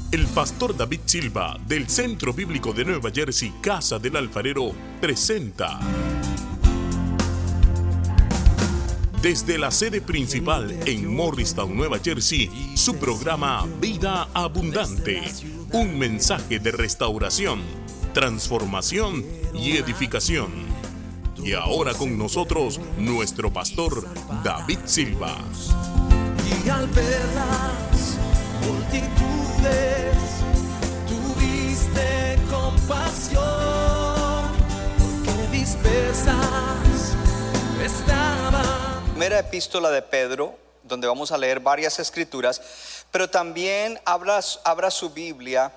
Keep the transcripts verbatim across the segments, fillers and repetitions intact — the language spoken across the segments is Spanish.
El pastor David Silva, del Centro Bíblico de Nueva Jersey, Casa del Alfarero, presenta desde la sede principal en Morristown, Nueva Jersey, su programa Vida Abundante, un mensaje de restauración, transformación y edificación. Y ahora con nosotros, nuestro pastor David Silva. Y al verlas multitudes, tuviste compasión, porque dispersas estaban. Primera epístola de Pedro, donde vamos a leer varias escrituras, pero también abra, abra su Biblia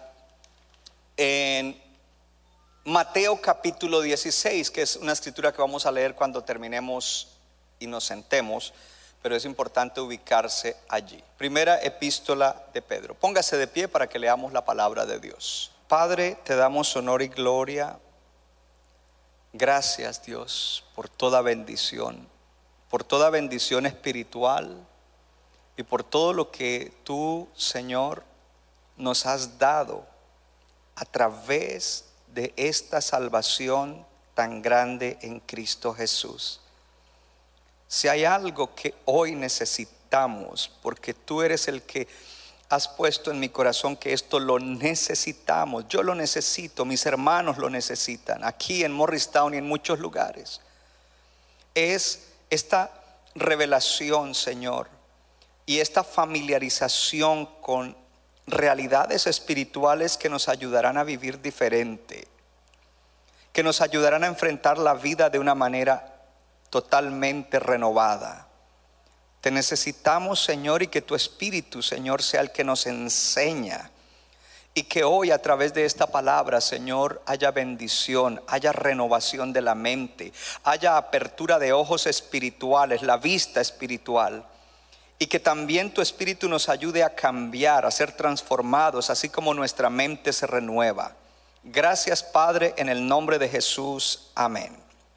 en Mateo capítulo dieciséis, que es una escritura que vamos a leer cuando terminemos y nos sentemos, pero es importante ubicarse allí. Primera epístola de Pedro. Póngase de pie para que leamos la palabra de Dios. Padre, te damos honor y gloria. Gracias, Dios, por toda bendición, por toda bendición espiritual y por todo lo que tú, Señor, nos has dado a través de esta salvación tan grande en Cristo Jesús. Si hay algo que hoy necesitamos, porque tú eres el que has puesto en mi corazón que esto lo necesitamos, yo lo necesito, mis hermanos lo necesitan, aquí en Morristown y en muchos lugares, es esta revelación, Señor, y esta familiarización con realidades espirituales que nos ayudarán a vivir diferente, que nos ayudarán a enfrentar la vida de una manera totalmente renovada. Te necesitamos, Señor, y que tu Espíritu, Señor, sea el que nos enseña, y que hoy a través de esta palabra, Señor, haya bendición, haya renovación de la mente, haya apertura de ojos espirituales, la vista espiritual, y que también tu Espíritu nos ayude a cambiar, a ser transformados, así como nuestra mente se renueva. Gracias, Padre, en el nombre de Jesús, amén.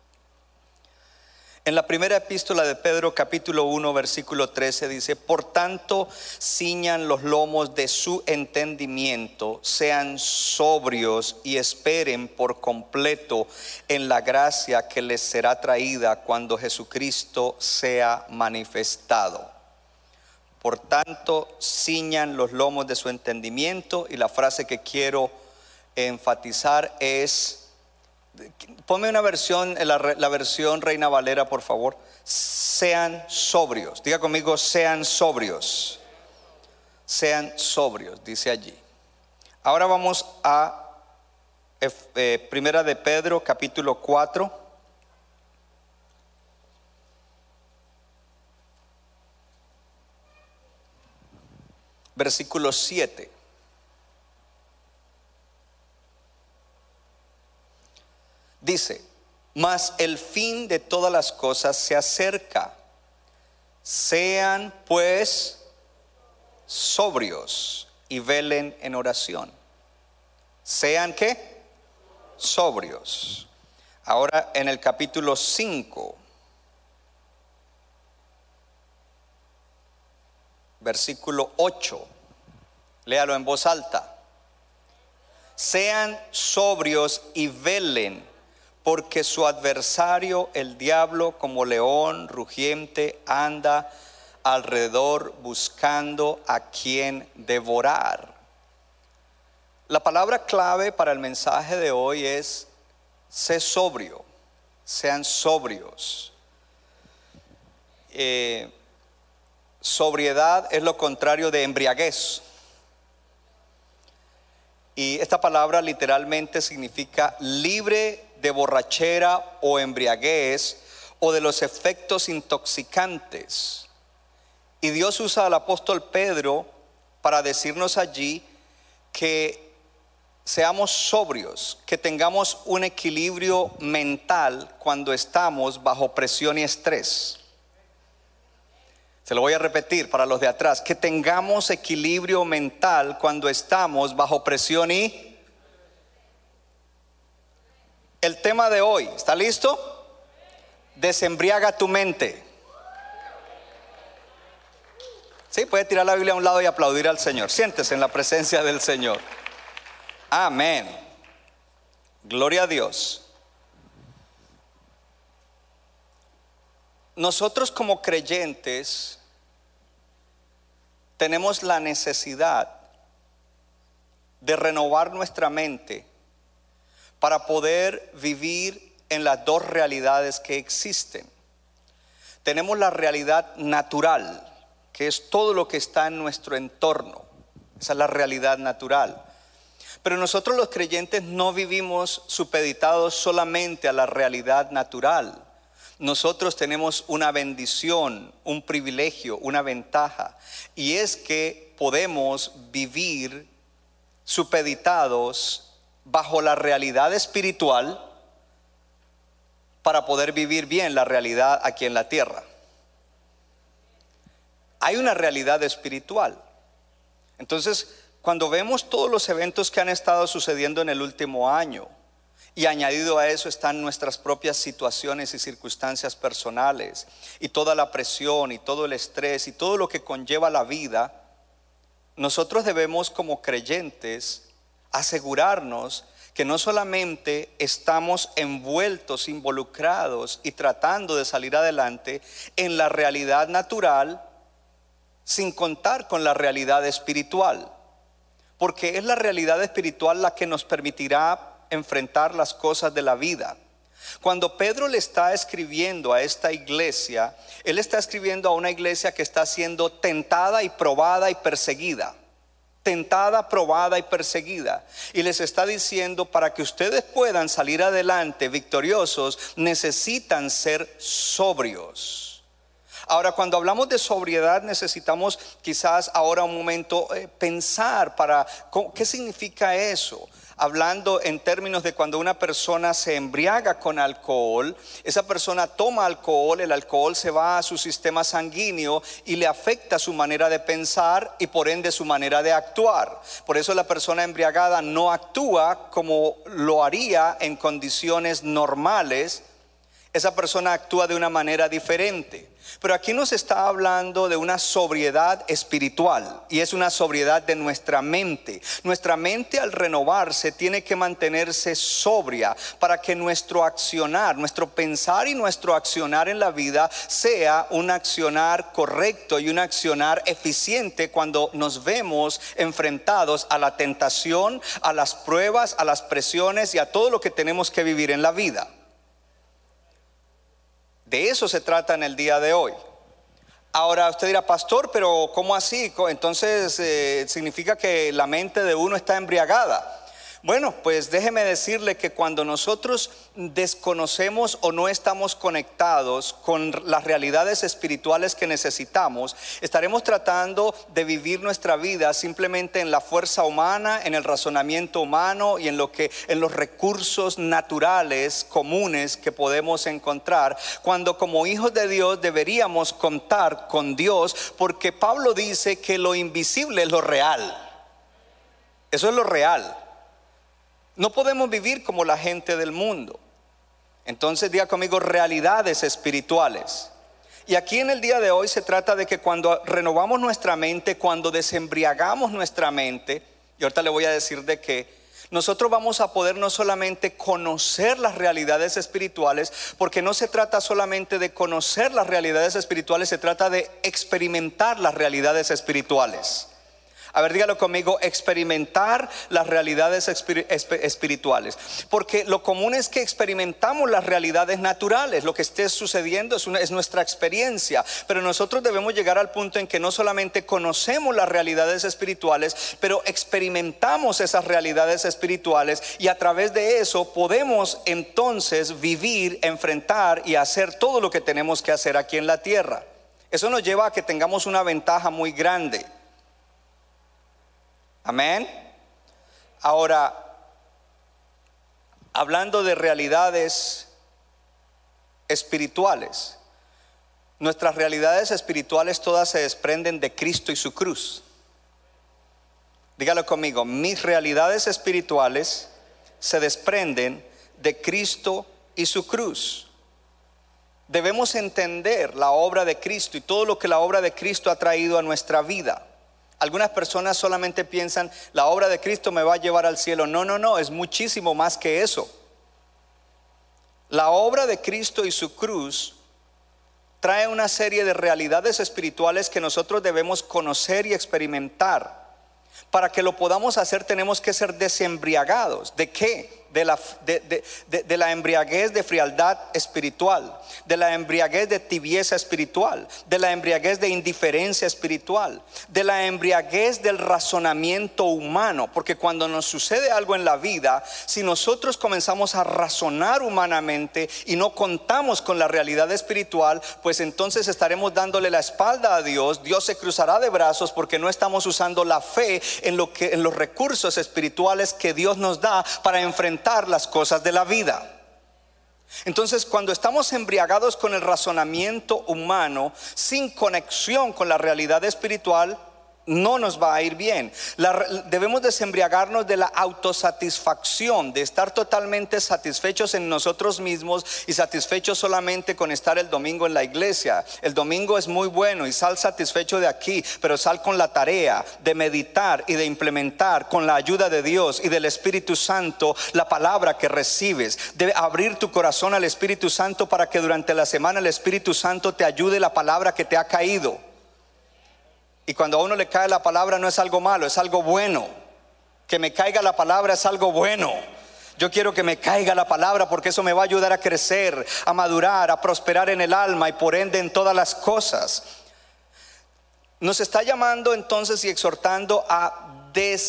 En la primera epístola de Pedro, capítulo uno, versículo trece, dice: por tanto, ciñan los lomos de su entendimiento, sean sobrios y esperen por completo en la gracia que les será traída cuando Jesucristo sea manifestado. Por tanto, ciñan los lomos de su entendimiento, y la frase que quiero enfatizar es: ponme una versión, la, la versión Reina Valera, por favor. Sean sobrios. Diga conmigo: sean sobrios. Sean sobrios, dice allí. Ahora vamos a eh, Primera de Pedro, capítulo cuatro. Versículo siete. Dice: mas el fin de todas las cosas se acerca. Sean pues sobrios y velen en oración. ¿Sean qué? Sobrios. Ahora en el capítulo cinco, versículo ocho. Léalo en voz alta. Sean sobrios y velen, porque su adversario, el diablo, como león rugiente, anda alrededor buscando a quien devorar. La palabra clave para el mensaje de hoy es: sé sobrio, sean sobrios. Eh, sobriedad es lo contrario de embriaguez. Y esta palabra literalmente significa libre de borrachera o embriaguez o de los efectos intoxicantes. Y Dios usa al apóstol Pedro para decirnos allí que seamos sobrios, que tengamos un equilibrio mental cuando estamos bajo presión y estrés. Se lo voy a repetir para los de atrás: que tengamos equilibrio mental cuando estamos bajo presión y... El tema de hoy, ¿está listo? Desembriaga tu mente. Sí, puede tirar la Biblia a un lado y aplaudir al Señor. Siéntese en la presencia del Señor. Amén. Gloria a Dios. Nosotros como creyentes tenemos la necesidad de renovar nuestra mente para poder vivir en las dos realidades que existen. Tenemos la realidad natural, que es todo lo que está en nuestro entorno. Esa es la realidad natural. Pero nosotros los creyentes no vivimos supeditados solamente a la realidad natural. Nosotros tenemos una bendición, un privilegio, una ventaja, y es que podemos vivir supeditados bajo la realidad espiritual para poder vivir bien la realidad aquí en la tierra. Hay una realidad espiritual. Entonces, cuando vemos todos los eventos que han estado sucediendo en el último año, y añadido a eso están nuestras propias situaciones y circunstancias personales, y toda la presión y todo el estrés y todo lo que conlleva la vida, nosotros debemos como creyentes asegurarnos que no solamente estamos envueltos, involucrados y tratando de salir adelante en la realidad natural, sin contar con la realidad espiritual, porque es la realidad espiritual la que nos permitirá enfrentar las cosas de la vida. Cuando Pedro le está escribiendo a esta iglesia, él está escribiendo a una iglesia que está siendo tentada y probada y perseguida. Tentada, probada y perseguida. Y les está diciendo, para que ustedes puedan salir adelante victoriosos, necesitan ser sobrios. Ahora, cuando hablamos de sobriedad, necesitamos quizás ahora un momento eh, pensar para qué significa eso. Hablando en términos de cuando una persona se embriaga con alcohol, esa persona toma alcohol, el alcohol se va a su sistema sanguíneo y le afecta su manera de pensar y por ende su manera de actuar. Por eso la persona embriagada no actúa como lo haría en condiciones normales. Esa persona actúa de una manera diferente. Pero aquí nos está hablando de una sobriedad espiritual, y es una sobriedad de nuestra mente. Nuestra mente, al renovarse, tiene que mantenerse sobria para que nuestro accionar, nuestro pensar y nuestro accionar en la vida sea un accionar correcto y un accionar eficiente cuando nos vemos enfrentados a la tentación, a las pruebas, a las presiones y a todo lo que tenemos que vivir en la vida. De eso se trata en el día de hoy. Ahora usted dirá, pastor, pero ¿cómo así? Entonces eh, significa que la mente de uno está embriagada. Bueno, pues déjeme decirle que cuando nosotros desconocemos o no estamos conectados con las realidades espirituales que necesitamos, estaremos tratando de vivir nuestra vida simplemente en la fuerza humana, en el razonamiento humano y en lo que, en los recursos naturales comunes que podemos encontrar, cuando como hijos de Dios deberíamos contar con Dios, porque Pablo dice que lo invisible es lo real. Eso es lo real. No podemos vivir como la gente del mundo. Entonces diga conmigo, realidades espirituales. Y aquí en el día de hoy se trata de que cuando renovamos nuestra mente, cuando desembriagamos nuestra mente, y ahorita le voy a decir de qué, nosotros vamos a poder no solamente conocer las realidades espirituales, porque no se trata solamente de conocer las realidades espirituales, se trata de experimentar las realidades espirituales. A ver, dígalo conmigo, experimentar las realidades espirituales. Porque lo común es que experimentamos las realidades naturales. Lo que esté sucediendo es, una, es nuestra experiencia. Pero nosotros debemos llegar al punto en que no solamente conocemos las realidades espirituales, pero experimentamos esas realidades espirituales. Y a través de eso podemos entonces vivir, enfrentar y hacer todo lo que tenemos que hacer aquí en la tierra. Eso nos lleva a que tengamos una ventaja muy grande. Amén. Ahora, hablando de realidades espirituales, nuestras realidades espirituales todas se desprenden de Cristo y su cruz. Dígalo conmigo, mis realidades espirituales se desprenden de Cristo y su cruz. debemos entender la obra de Cristo y todo lo que la obra de Cristo ha traído a nuestra vida. Algunas personas solamente piensan, la obra de Cristo me va a llevar al cielo. No, no, no, es muchísimo más que eso. La obra de Cristo y su cruz trae una serie de realidades espirituales que nosotros debemos conocer y experimentar. Para que lo podamos hacer tenemos que ser desembriagados. ¿De qué? De la, de, de, de, de la embriaguez de frialdad espiritual, de la embriaguez de tibieza espiritual, de la embriaguez de indiferencia espiritual, de la embriaguez del razonamiento humano. Porque cuando nos sucede algo en la vida, si nosotros comenzamos a razonar humanamente y no contamos con la realidad espiritual, pues entonces estaremos dándole la espalda a Dios. Dios se cruzará de brazos porque no estamos usando la fe en, lo que, en los recursos espirituales que Dios nos da para enfrentar las cosas de la vida. Entonces, cuando estamos embriagados con el razonamiento humano, sin conexión con la realidad espiritual, no nos va a ir bien. La, debemos desembriagarnos de la autosatisfacción, de estar totalmente satisfechos en nosotros mismos y satisfechos solamente con estar el domingo en la iglesia. El domingo es muy bueno y sal satisfecho de aquí, pero sal con la tarea de meditar y de implementar con la ayuda de Dios y del Espíritu Santo la palabra que recibes. Debe abrir tu corazón al Espíritu Santo para que durante la semana el Espíritu Santo te ayude la palabra que te ha caído. Y cuando a uno le cae la palabra no es algo malo, es algo bueno. Que me caiga la palabra es algo bueno. Yo quiero que me caiga la palabra porque eso me va a ayudar a crecer, a madurar, a prosperar en el alma y por ende en todas las cosas. Nos está llamando entonces y exhortando a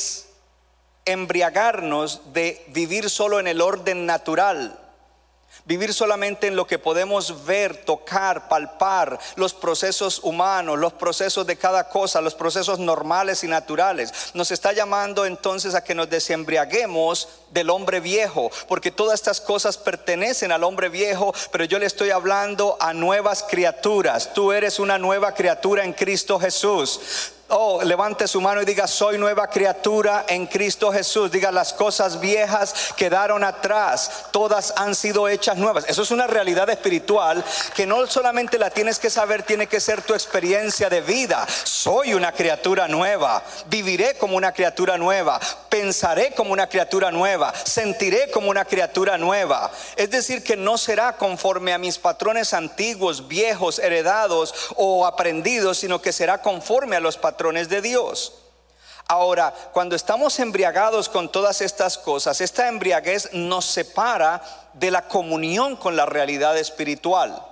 desembriagarnos de vivir solo en el orden natural. Vivir solamente en lo que podemos ver, tocar, palpar, los procesos humanos, los procesos de cada cosa, los procesos normales y naturales. Nos está llamando entonces a que nos desembriaguemos del hombre viejo, porque todas estas cosas pertenecen al hombre viejo, pero yo le estoy hablando a nuevas criaturas. Tú eres una nueva criatura en Cristo Jesús. Oh, levante su mano y diga: soy nueva criatura en Cristo Jesús. Diga: las cosas viejas quedaron atrás, todas han sido hechas nuevas. Eso es una realidad espiritual que no solamente la tienes que saber, tiene que ser tu experiencia de vida. Soy una criatura nueva, viviré como una criatura nueva, pensaré como una criatura nueva, sentiré como una criatura nueva. Es decir, que no será conforme a mis patrones antiguos, viejos, heredados o aprendidos, sino que será conforme a los patrones de Dios. Ahora, cuando estamos embriagados con todas estas cosas, esta embriaguez nos separa de la comunión con la realidad espiritual.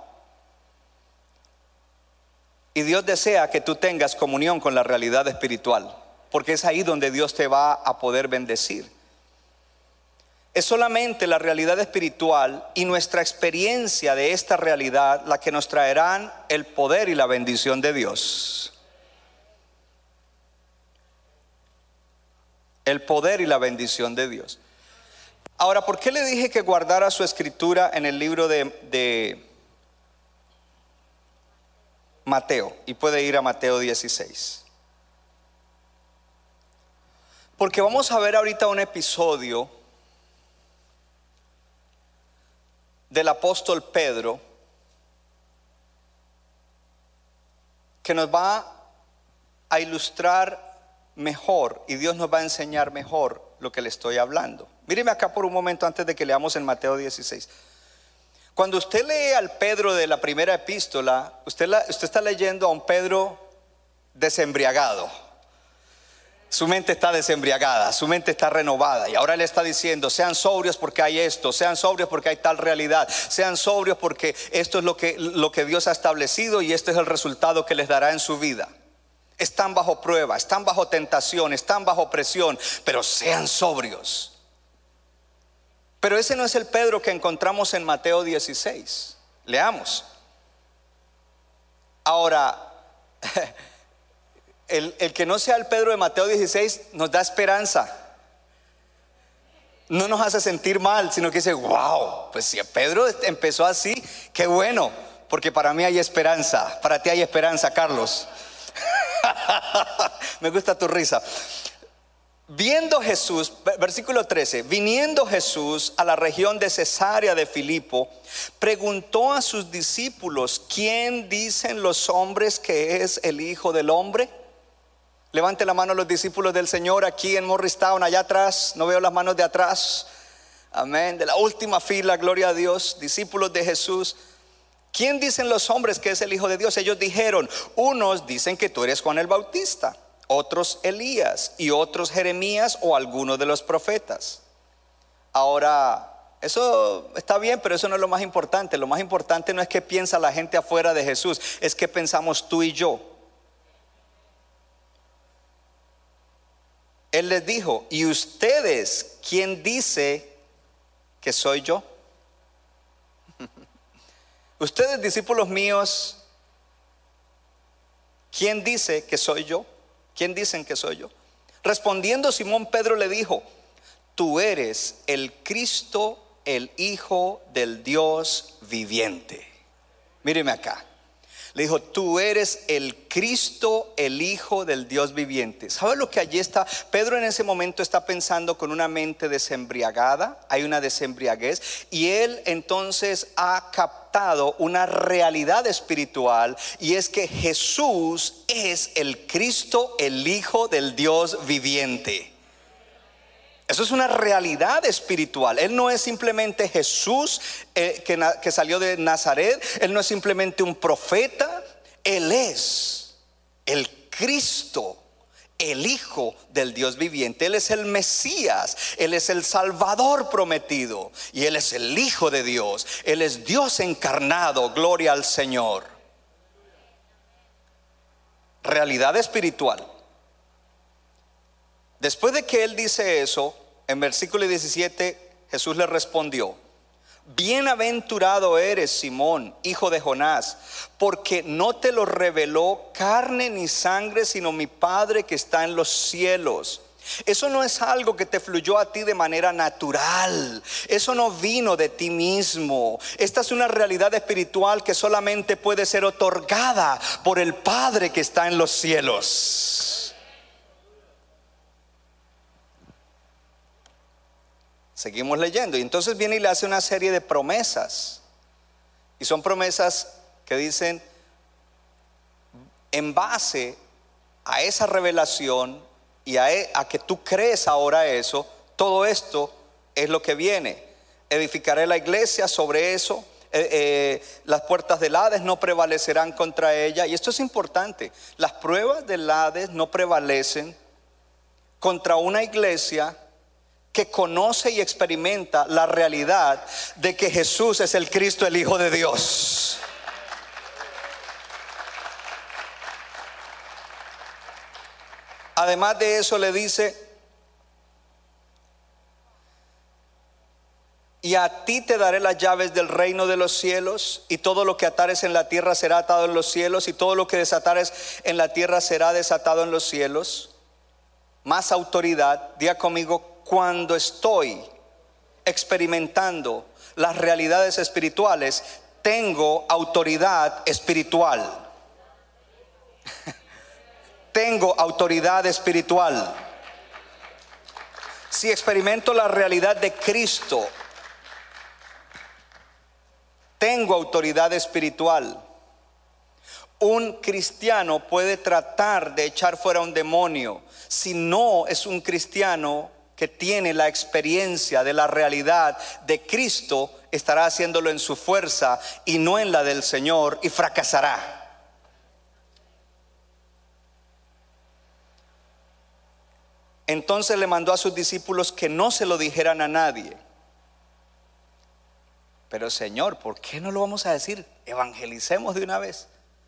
Y Dios desea que tú tengas comunión con la realidad espiritual, porque es ahí donde Dios te va a poder bendecir. Es solamente la realidad espiritual y nuestra experiencia de esta realidad la que nos traerán el poder y la bendición de Dios. El poder y la bendición de Dios. Ahora, ¿por qué le dije que guardara su escritura en el libro de, de Mateo? Y puede ir a Mateo dieciséis. Porque vamos a ver ahorita un episodio del apóstol Pedro que nos va a ilustrar mejor y Dios nos va a enseñar mejor lo que le estoy hablando. Míreme acá por un momento antes de que leamos en Mateo dieciséis. Cuando usted lee al Pedro de la primera epístola, usted, la, usted está leyendo a un Pedro desembriagado. Su mente está desembriagada, su mente está renovada. Y ahora le está diciendo: sean sobrios porque hay esto, sean sobrios porque hay tal realidad, sean sobrios porque esto es lo que, lo que Dios ha establecido y este es el resultado que les dará en su vida. Están bajo prueba, están bajo tentación, están bajo presión, pero sean sobrios. Pero ese no es el Pedro que encontramos en Mateo dieciséis. Leamos. Ahora, el, el que no sea el Pedro de Mateo dieciséis nos da esperanza. No nos hace sentir mal, sino que dice: wow, pues si Pedro empezó así, qué bueno, porque para mí hay esperanza. Para ti hay esperanza, Carlos. Me gusta tu risa. Viendo Jesús, versículo trece, viniendo Jesús a la región de Cesarea de Filipo, preguntó a sus discípulos: ¿quién dicen los hombres que es el Hijo del Hombre? Levante la mano los discípulos del Señor aquí en Morristown, allá atrás. No veo las manos de atrás. Amén. De la última fila, gloria a Dios. Discípulos de Jesús. ¿Quién dicen los hombres que es el Hijo de Dios? Ellos dijeron: unos dicen que tú eres Juan el Bautista, otros Elías, y otros Jeremías o alguno de los profetas. Ahora, eso está bien, pero eso no es lo más importante. Lo más importante no es qué piensa la gente afuera de Jesús, es qué pensamos tú y yo. Él les dijo: ¿y ustedes quién dice que soy yo? Ustedes, discípulos míos, ¿quién dice que soy yo? ¿Quién dicen que soy yo? Respondiendo Simón Pedro le dijo: tú eres el Cristo, el Hijo del Dios viviente. Míreme acá. Le dijo: tú eres el Cristo, el Hijo del Dios viviente. ¿Sabe lo que allí está? Pedro en ese momento está pensando con una mente desembriagada. Hay una desembriaguez. Y él entonces ha captado una realidad espiritual. Y es que Jesús es el Cristo, el Hijo del Dios viviente. Eso es una realidad espiritual. Él no es simplemente Jesús eh, que, que salió de Nazaret. Él no es simplemente un profeta. Él es el Cristo, el Hijo del Dios viviente. Él es el Mesías. Él es el Salvador prometido. Y Él es el Hijo de Dios. Él es Dios encarnado. Gloria al Señor. Realidad espiritual. Después de que él dice eso, en versículo diecisiete, Jesús le respondió: bienaventurado eres, Simón, hijo de Jonás, porque no te lo reveló carne ni sangre, sino mi Padre que está en los cielos. Eso no es algo que te fluyó a ti de manera natural. Eso no vino de ti mismo. Esta es una realidad espiritual que solamente puede ser otorgada por el Padre que está en los cielos. Seguimos leyendo, y entonces viene y le hace una serie de promesas. Y son promesas que dicen: en base a esa revelación y a, a que tú crees ahora eso, todo esto es lo que viene. Edificaré la iglesia sobre eso. Eh, eh, las puertas del Hades no prevalecerán contra ella. Y esto es importante: las pruebas del Hades no prevalecen contra una iglesia que conoce y experimenta la realidad de que Jesús es el Cristo, el Hijo de Dios. Además de eso le dice: y a ti te daré las llaves del reino de los cielos, y todo lo que atares en la tierra será atado en los cielos, y todo lo que desatares en la tierra será desatado en los cielos. Más autoridad. Diga conmigo: cuando estoy experimentando las realidades espirituales, tengo autoridad espiritual. Tengo autoridad espiritual. Si experimento la realidad de Cristo, tengo autoridad espiritual. Un cristiano puede tratar de echar fuera un demonio. Si no es un cristiano que tiene la experiencia de la realidad de Cristo, estará haciéndolo en su fuerza y no en la del Señor, y fracasará. Entonces le mandó a sus discípulos que no se lo dijeran a nadie. Pero Señor, ¿por qué no lo vamos a decir? Evangelicemos de una vez.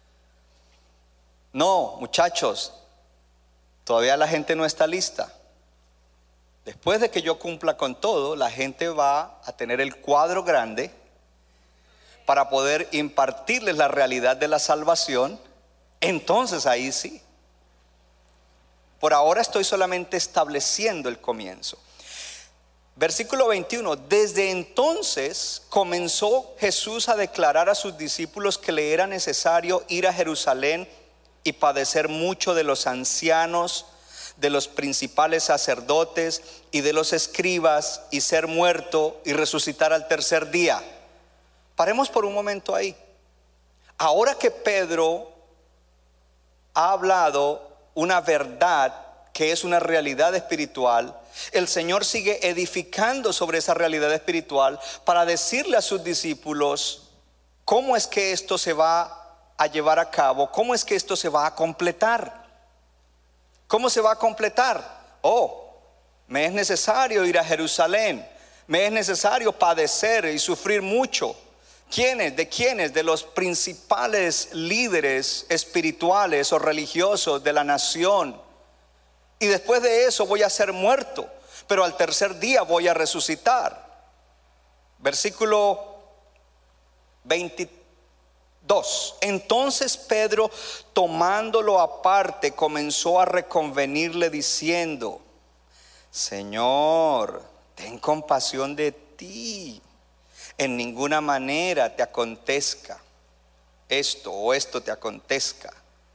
No, muchachos, todavía la gente no está lista. Después de que yo cumpla con todo, la gente va a tener el cuadro grande para poder impartirles la realidad de la salvación. Entonces ahí sí. Por ahora estoy solamente estableciendo el comienzo. Versículo veintiuno. Desde entonces comenzó Jesús a declarar a sus discípulos que le era necesario ir a Jerusalén y padecer mucho de los ancianos, de los principales sacerdotes y de los escribas, y ser muerto y resucitar al tercer día. Paremos por un momento ahí. Ahora que Pedro ha hablado una verdad que es una realidad espiritual, el Señor sigue edificando sobre esa realidad espiritual para decirle a sus discípulos cómo es que esto se va a llevar a cabo, cómo es que esto se va a completar. ¿Cómo se va a completar? Oh, me es necesario ir a Jerusalén, me es necesario padecer y sufrir mucho. ¿Quiénes? ¿De quiénes? De los principales líderes espirituales o religiosos de la nación. Y después de eso voy a ser muerto, pero al tercer día voy a resucitar. Versículo veintidós. Entonces Pedro, tomándolo aparte, comenzó a reconvenirle diciendo: Señor, ten compasión de ti. En ninguna manera te acontezca esto o esto te acontezca.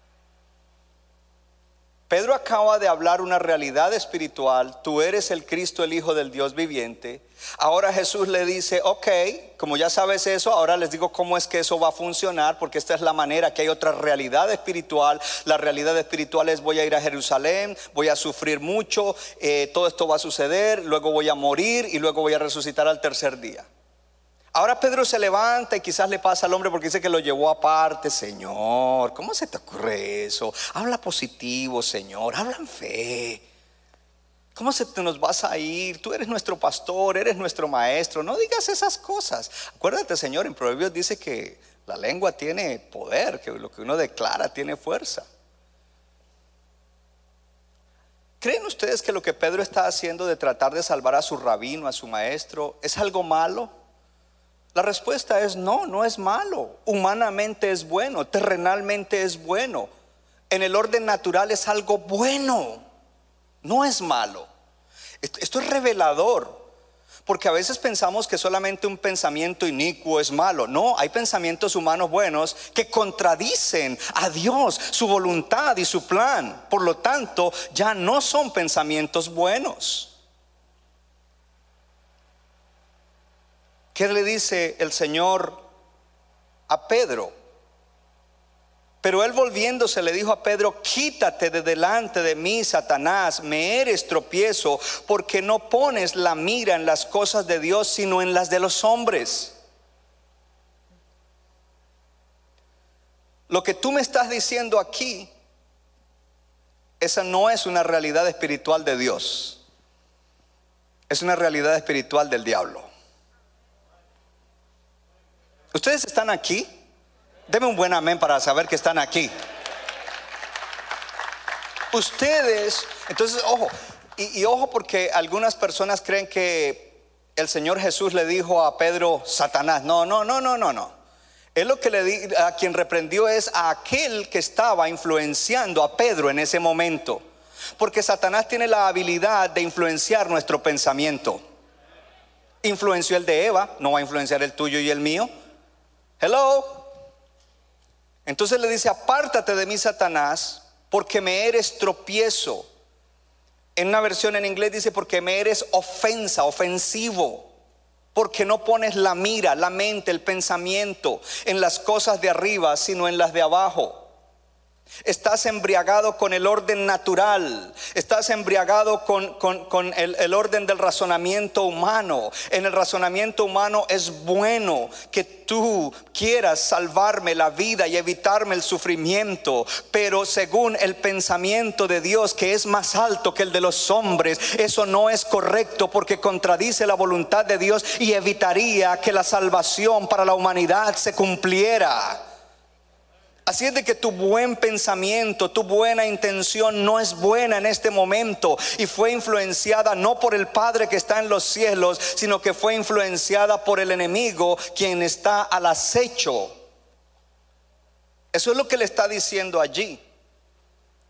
Pedro acaba de hablar una realidad espiritual. Tú eres el Cristo, el Hijo del Dios viviente. Ahora Jesús le dice: ok, como ya sabes eso, ahora les digo cómo es que eso va a funcionar, porque esta es la manera, que hay otra realidad espiritual. La realidad espiritual es: voy a ir a Jerusalén, voy a sufrir mucho, eh, todo esto va a suceder, luego voy a morir y luego voy a resucitar al tercer día. Ahora Pedro se levanta y quizás le pasa al hombre porque dice que lo llevó aparte. Señor, ¿cómo se te ocurre eso? Habla positivo, Señor, habla en fe. ¿Cómo se te nos vas a ir? Tú eres nuestro pastor, eres nuestro maestro. No digas esas cosas. Acuérdate, Señor, en Proverbios dice que la lengua tiene poder, que lo que uno declara tiene fuerza. ¿Creen ustedes que lo que Pedro está haciendo de tratar de salvar a su rabino, a su maestro, es algo malo? La respuesta es no, no es malo. Humanamente es bueno, terrenalmente es bueno. En el orden natural es algo bueno, no es malo. Esto es revelador, porque a veces pensamos que solamente un pensamiento inicuo es malo. No, hay pensamientos humanos buenos que contradicen a Dios, su voluntad y su plan. Por lo tanto, ya no son pensamientos buenos. ¿Qué le dice el Señor a Pedro? Pero él, volviéndose, le dijo a Pedro: quítate de delante de mí, Satanás, me eres tropiezo, porque no pones la mira en las cosas de Dios, sino en las de los hombres. Lo que tú me estás diciendo aquí, esa no es una realidad espiritual de Dios, es una realidad espiritual del diablo. ¿Ustedes están aquí? Deme un buen amén para saber que están aquí. Ustedes, entonces ojo, y, y ojo, porque algunas personas creen que el Señor Jesús le dijo a Pedro Satanás. No, no, no, no, no, no. Él lo que le di, a quien reprendió es a aquel que estaba influenciando a Pedro en ese momento. Porque Satanás tiene la habilidad de influenciar nuestro pensamiento. Influenció el de Eva, no va a influenciar el tuyo y el mío. Hello. Entonces le dice: apártate de mí, Satanás, porque me eres tropiezo. En una versión en inglés dice: porque me eres ofensa, ofensivo. Porque no pones la mira, la mente, el pensamiento en las cosas de arriba, sino en las de abajo. Estás embriagado con el orden natural. Estás embriagado con, con, con el, el orden del razonamiento humano. En el razonamiento humano es bueno que tú quieras salvarme la vida y evitarme el sufrimiento, pero según el pensamiento de Dios, que es más alto que el de los hombres, eso no es correcto, porque contradice la voluntad de Dios y evitaría que la salvación para la humanidad se cumpliera. Así es de que tu buen pensamiento, tu buena intención no es buena en este momento, y fue influenciada no por el Padre que está en los cielos, sino que fue influenciada por el enemigo, quien está al acecho. Eso es lo que le está diciendo allí.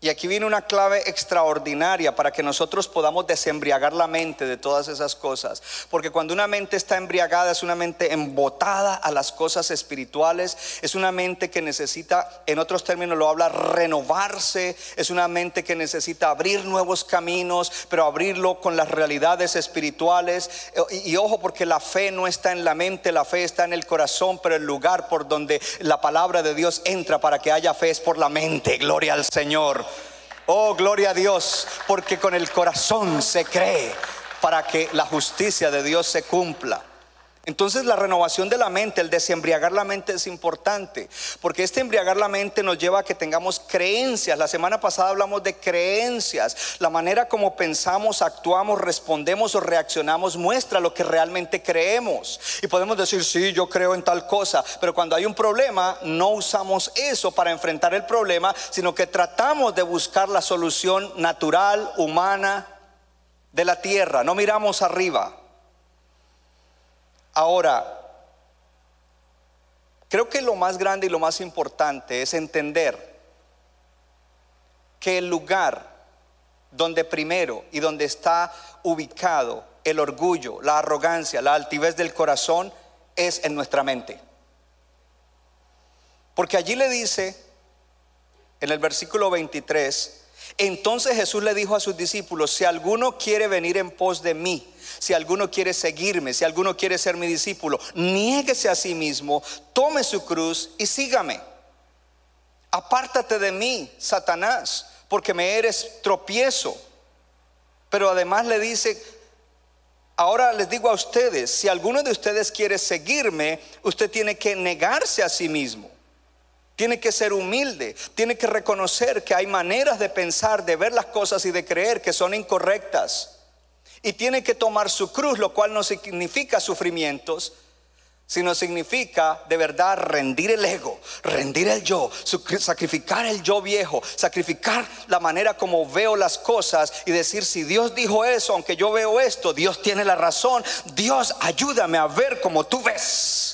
Y aquí viene una clave extraordinaria para que nosotros podamos desembriagar la mente de todas esas cosas. Porque cuando una mente está embriagada, es una mente embotada a las cosas espirituales. Es una mente que necesita, en otros términos lo habla, renovarse. Es una mente que necesita abrir nuevos caminos, pero abrirlo con las realidades espirituales. Y, y ojo, porque la fe no está en la mente, la fe está en el corazón. Pero el lugar por donde la palabra de Dios entra para que haya fe es por la mente. Gloria al Señor. Oh, gloria a Dios, porque con el corazón se cree para que la justicia de Dios se cumpla. Entonces la renovación de la mente, el desembriagar la mente es importante, porque este embriagar la mente nos lleva a que tengamos creencias. La semana pasada hablamos de creencias. La manera como pensamos, actuamos, respondemos o reaccionamos muestra lo que realmente creemos. Y podemos decir, sí, yo creo en tal cosa, pero cuando hay un problema no usamos eso para enfrentar el problema, sino que tratamos de buscar la solución natural, humana, de la tierra. No miramos arriba. Ahora, creo que lo más grande y lo más importante es entender que el lugar donde primero y donde está ubicado el orgullo, la arrogancia, la altivez del corazón es en nuestra mente. Porque allí le dice en el versículo veintitrés: entonces Jesús le dijo a sus discípulos, si alguno quiere venir en pos de mí, si alguno quiere seguirme, si alguno quiere ser mi discípulo, niéguese a sí mismo, tome su cruz y sígame. Apártate de mí, Satanás, porque me eres tropiezo. Pero además le dice, ahora les digo a ustedes, si alguno de ustedes quiere seguirme, usted tiene que negarse a sí mismo. Tiene que ser humilde, tiene que reconocer que hay maneras de pensar, de ver las cosas y de creer que son incorrectas. Y tiene que tomar su cruz, lo cual no significa sufrimientos, sino significa de verdad rendir el ego, rendir el yo, sacrificar el yo viejo, sacrificar la manera como veo las cosas y decir, si Dios dijo eso, aunque yo veo esto, Dios tiene la razón. Dios, ayúdame a ver como tú ves.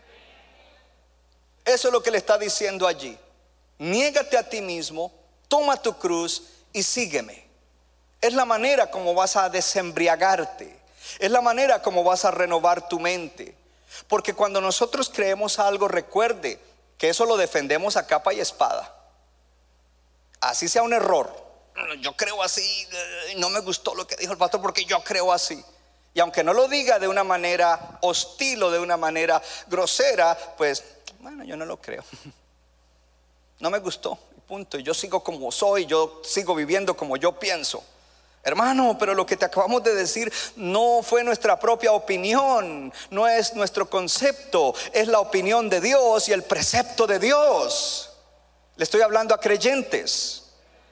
Eso es lo que le está diciendo allí. Niégate a ti mismo, toma tu cruz y sígueme. Es la manera como vas a desembriagarte. Es la manera como vas a renovar tu mente. Porque cuando nosotros creemos algo, recuerde que eso lo defendemos a capa y espada. Así sea un error. Yo creo así, no me gustó lo que dijo el pastor porque yo creo así. Y aunque no lo diga de una manera hostil o de una manera grosera, pues bueno, yo no lo creo. No me gustó, punto. Yo sigo como soy, yo sigo viviendo como yo pienso. Hermano, pero lo que te acabamos de decir no fue nuestra propia opinión, no es nuestro concepto, es la opinión de Dios y el precepto de Dios. Le estoy hablando a creyentes.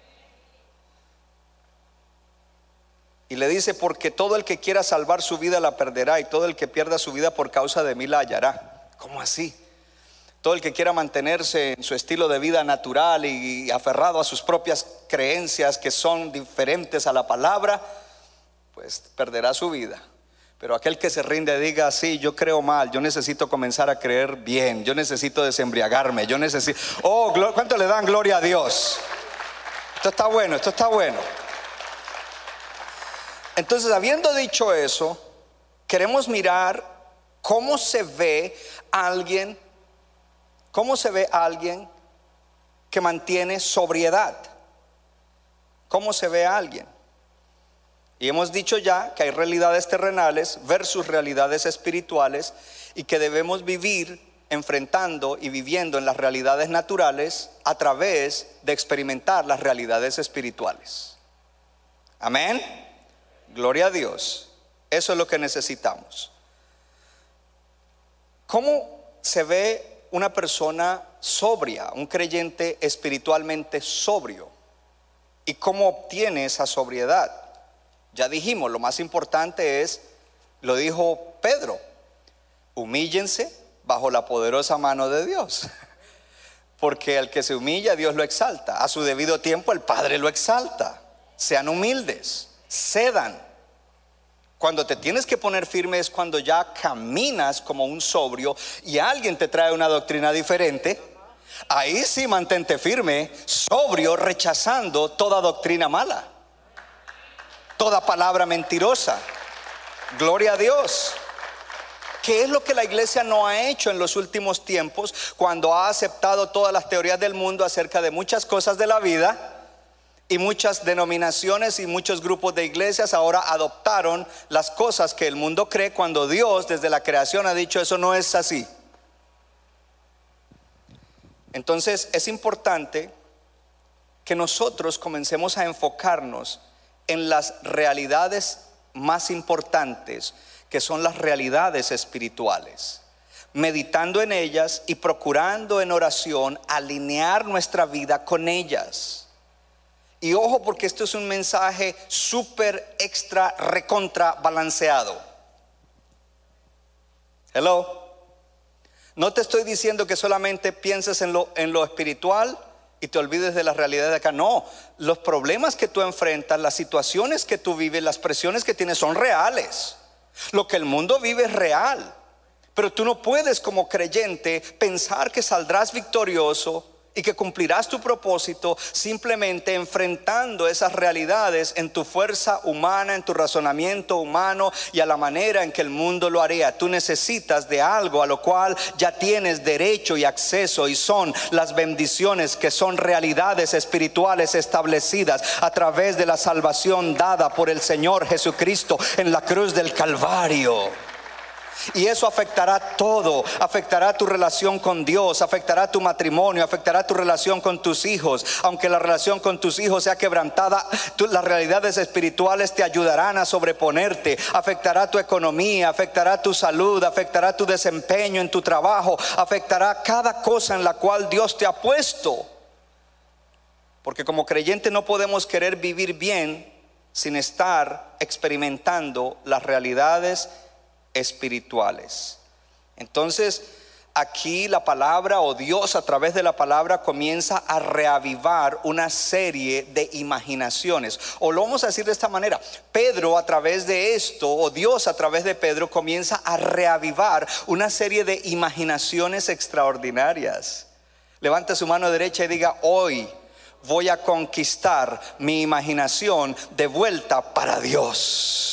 Y le dice, porque todo el que quiera salvar su vida la perderá, y todo el que pierda su vida por causa de mí la hallará. ¿Cómo así? Todo el que quiera mantenerse en su estilo de vida natural y aferrado a sus propias creencias que son diferentes a la palabra, pues perderá su vida. Pero aquel que se rinde y diga, sí, yo creo mal, yo necesito comenzar a creer bien, yo necesito desembriagarme, yo necesito... Oh, ¿cuánto le dan gloria a Dios? Esto está bueno, esto está bueno. Entonces, habiendo dicho eso, queremos mirar cómo se ve a alguien, cómo se ve a alguien que mantiene sobriedad. ¿Cómo se ve a alguien? Y hemos dicho ya que hay realidades terrenales versus realidades espirituales, y que debemos vivir enfrentando y viviendo en las realidades naturales a través de experimentar las realidades espirituales. Amén. Gloria a Dios. Eso es lo que necesitamos. ¿Cómo se ve una persona sobria, un creyente espiritualmente sobrio? ¿Y cómo obtiene esa sobriedad? Ya dijimos, lo más importante es, lo dijo Pedro, humíllense bajo la poderosa mano de Dios. Porque el que se humilla, Dios lo exalta. A su debido tiempo el Padre lo exalta. Sean humildes, cedan. Cuando te tienes que poner firme es cuando ya caminas como un sobrio y alguien te trae una doctrina diferente. Ahí sí mantente firme, sobrio, rechazando toda doctrina mala, toda palabra mentirosa. Gloria a Dios. ¿Qué es lo que la iglesia no ha hecho en los últimos tiempos cuando ha aceptado todas las teorías del mundo acerca de muchas cosas de la vida? Y muchas denominaciones y muchos grupos de iglesias ahora adoptaron las cosas que el mundo cree, cuando Dios desde la creación ha dicho eso no es así. Entonces es importante que nosotros comencemos a enfocarnos en las realidades más importantes, que son las realidades espirituales, meditando en ellas y procurando en oración alinear nuestra vida con ellas. Y ojo, porque esto es un mensaje súper extra recontra balanceado. Hello. No te estoy diciendo que solamente pienses en lo, en lo espiritual y te olvides de la realidad de acá. No, los problemas que tú enfrentas, las situaciones que tú vives, las presiones que tienes son reales. Lo que el mundo vive es real. Pero tú no puedes, como creyente, pensar que saldrás victorioso y que cumplirás tu propósito simplemente enfrentando esas realidades en tu fuerza humana, en tu razonamiento humano y a la manera en que el mundo lo haría. Tú necesitas de algo a lo cual ya tienes derecho y acceso, y son las bendiciones que son realidades espirituales establecidas a través de la salvación dada por el Señor Jesucristo en la cruz del Calvario. Y eso afectará todo, afectará tu relación con Dios, afectará tu matrimonio, afectará tu relación con tus hijos. Aunque la relación con tus hijos sea quebrantada, tú, las realidades espirituales te ayudarán a sobreponerte. Afectará tu economía, afectará tu salud, afectará tu desempeño en tu trabajo, afectará cada cosa en la cual Dios te ha puesto. Porque como creyente no podemos querer vivir bien sin estar experimentando las realidades espirituales. Entonces aquí la palabra, o Dios a través de la palabra, comienza a reavivar una serie de imaginaciones. O lo vamos a decir de esta manera: Pedro a través de esto, o Dios a través de Pedro, comienza a reavivar una serie de imaginaciones extraordinarias. Levanta su mano derecha y diga: hoy voy a conquistar mi imaginación de vuelta para Dios.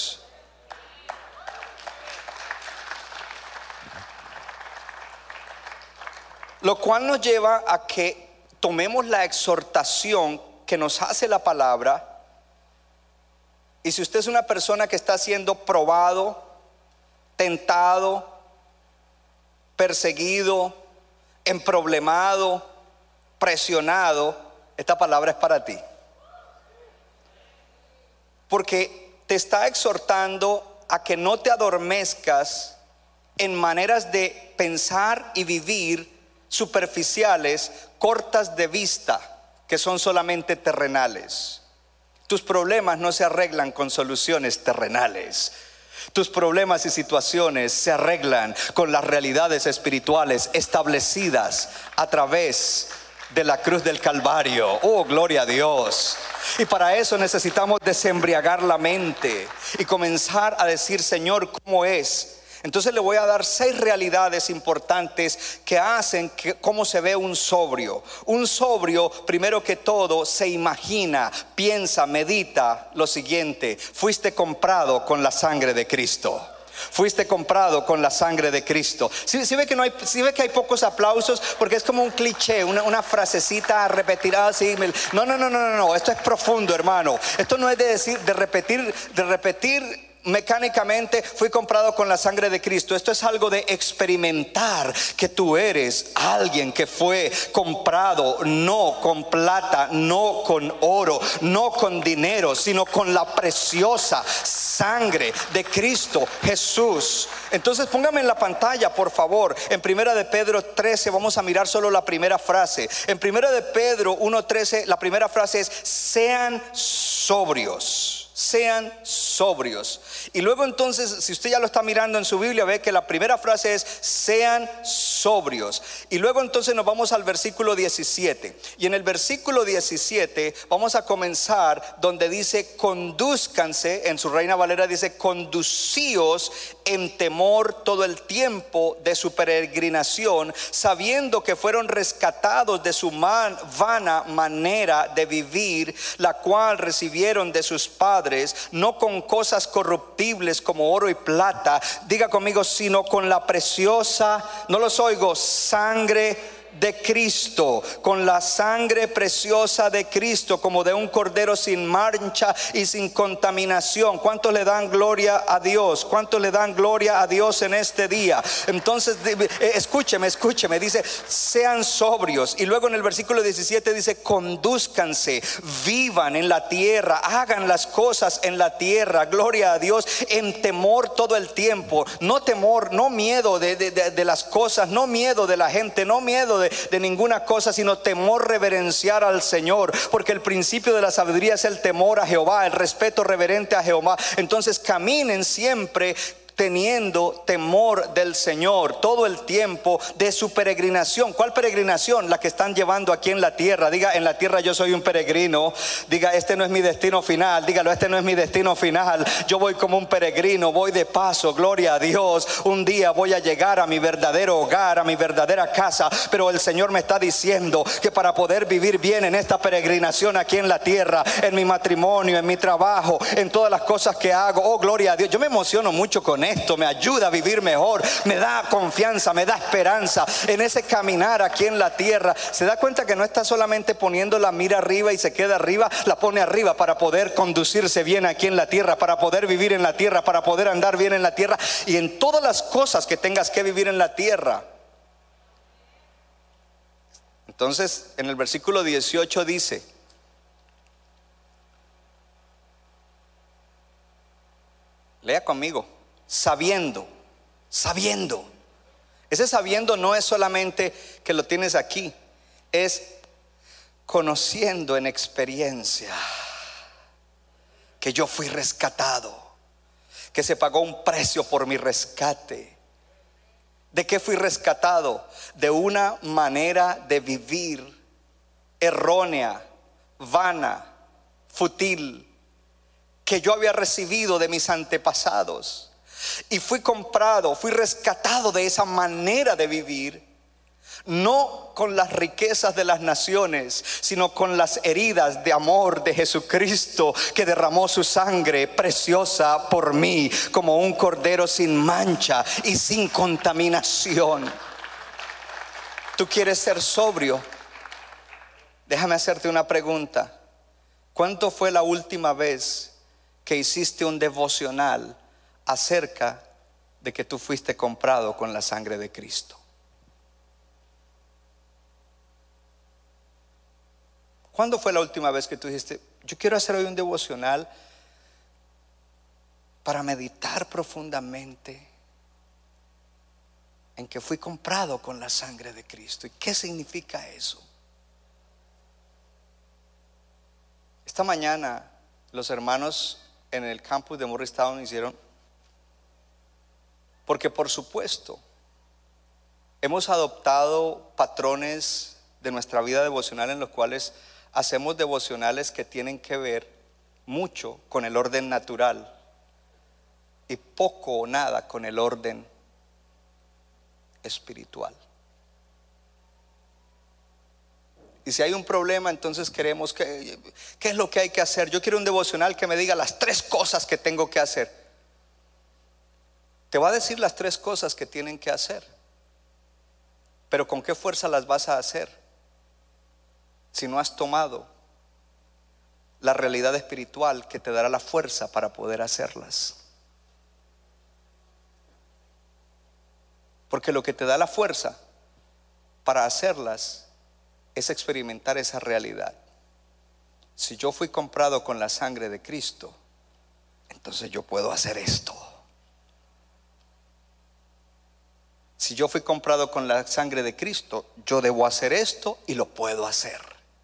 Lo cual nos lleva a que tomemos la exhortación que nos hace la palabra. Y si usted es una persona que está siendo probado, tentado, perseguido, emproblemado, presionado, esta palabra es para ti. Porque te está exhortando a que no te adormezcas en maneras de pensar y vivir superficiales, cortas de vista, que son solamente terrenales. Tus problemas no se arreglan con soluciones terrenales. Tus problemas y situaciones se arreglan con las realidades espirituales establecidas a través de la cruz del Calvario. Oh, gloria a Dios. Y para eso necesitamos desembriagar la mente y comenzar a decir: Señor, ¿cómo es? Entonces le voy a dar seis realidades importantes que hacen que, cómo se ve un sobrio. Un sobrio, primero que todo, se imagina, piensa, medita lo siguiente: fuiste comprado con la sangre de Cristo. Fuiste comprado con la sangre de Cristo. Si ¿Sí, sí ve que no hay, sí ve que hay pocos aplausos, porque es como un cliché, una, una frasecita repetirá así. No, no, no, no, no, no. Esto es profundo, hermano. Esto no es de decir, de repetir, de repetir mecánicamente: fui comprado con la sangre de Cristo. Esto es algo de experimentar que tú eres alguien que fue comprado, no con plata, no con oro, no con dinero, sino con la preciosa sangre de Cristo Jesús. Entonces póngame en la pantalla, por favor, en primera de Pedro trece, vamos a mirar solo la primera frase. En primera de Pedro uno trece, la primera frase es: sean sobrios. Sean sobrios. Y luego entonces, si usted ya lo está mirando en su Biblia, ve que la primera frase es: sean sobrios. Y luego entonces nos vamos al versículo diecisiete. Y en el versículo diecisiete vamos a comenzar donde dice: condúzcanse. En su Reina Valera dice: conducíos en temor todo el tiempo de su peregrinación, sabiendo que fueron rescatados de su man, vana manera de vivir, la cual recibieron de sus padres, no con cosas corruptibles como oro y plata, diga conmigo, sino con la preciosa, no los oigo, sangre de Cristo, con la sangre preciosa de Cristo, como de un cordero sin mancha y sin contaminación. ¿Cuántos le dan gloria a Dios? ¿Cuántos le dan gloria a Dios en este día? Entonces, escúcheme, escúcheme, dice, sean sobrios. Y luego en el versículo diecisiete dice, condúzcanse, vivan en la tierra, hagan las cosas en la tierra, gloria a Dios, en temor todo el tiempo. No temor, no miedo de, de, de, de las cosas, no miedo de la gente, no miedo de De, de ninguna cosa, sino temor reverenciar al Señor, porque el principio de la sabiduría es el temor a Jehová, el respeto reverente a Jehová. Entonces caminen siempre teniendo temor del Señor todo el tiempo de su peregrinación. ¿Cuál peregrinación? La que están llevando aquí en la tierra. Diga, en la tierra yo soy un peregrino. Diga, este no es mi destino final. Dígalo, este no es mi destino final. Yo voy como un peregrino, voy de paso, gloria a Dios. Un día voy a llegar a mi verdadero hogar, a mi verdadera casa. Pero el Señor me está diciendo que para poder vivir bien en esta peregrinación aquí en la tierra, en mi matrimonio, en mi trabajo, en todas las cosas que hago, oh gloria a Dios, yo me emociono mucho con esto, me ayuda a vivir mejor, me da confianza, me da esperanza en ese caminar aquí en la tierra. Se da cuenta que no está solamente poniendo la mira arriba y se queda arriba, la pone arriba para poder conducirse bien aquí en la tierra, para poder vivir en la tierra, para poder andar bien en la tierra y en todas las cosas que tengas que vivir en la tierra. Entonces en el versículo dieciocho dice, lea conmigo, sabiendo, sabiendo. Ese sabiendo no es solamente que lo tienes aquí, es conociendo en experiencia que yo fui rescatado, que se pagó un precio por mi rescate. ¿De qué fui rescatado? De una manera de vivir errónea, vana, fútil, que yo había recibido de mis antepasados. Y fui comprado, fui rescatado de esa manera de vivir, no con las riquezas de las naciones, sino con las heridas de amor de Jesucristo, que derramó su sangre preciosa por mí, como un cordero sin mancha y sin contaminación. ¿Tú quieres ser sobrio? Déjame hacerte una pregunta. ¿Cuánto fue la última vez que hiciste un devocional acerca de que tú fuiste comprado con la sangre de Cristo? ¿Cuándo fue la última vez que tú dijiste, yo quiero hacer hoy un devocional para meditar profundamente en que fui comprado con la sangre de Cristo? ¿Y qué significa eso? Esta mañana los hermanos en el campus de Morristown hicieron, porque por supuesto hemos adoptado patrones de nuestra vida devocional en los cuales hacemos devocionales que tienen que ver mucho con el orden natural y poco o nada con el orden espiritual. Y si hay un problema, entonces queremos que, ¿qué es lo que hay que hacer? Yo quiero un devocional que me diga las tres cosas que tengo que hacer. Te va a decir las tres cosas que tienen que hacer, pero ¿con qué fuerza las vas a hacer si no has tomado la realidad espiritual que te dará la fuerza para poder hacerlas? Porque lo que te da la fuerza para hacerlas es experimentar esa realidad. Si yo fui comprado con la sangre de Cristo, entonces yo puedo hacer esto. Si yo fui comprado con la sangre de Cristo, yo debo hacer esto y lo puedo hacer.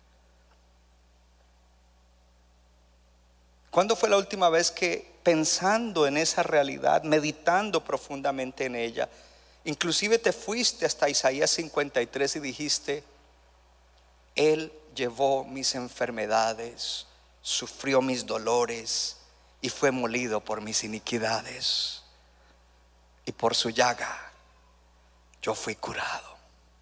¿Cuándo fue la última vez que, pensando en esa realidad, meditando profundamente en ella, inclusive te fuiste hasta Isaías cincuenta y tres y dijiste, Él llevó mis enfermedades, sufrió mis dolores y fue molido por mis iniquidades? y por su llaga yo fui curado.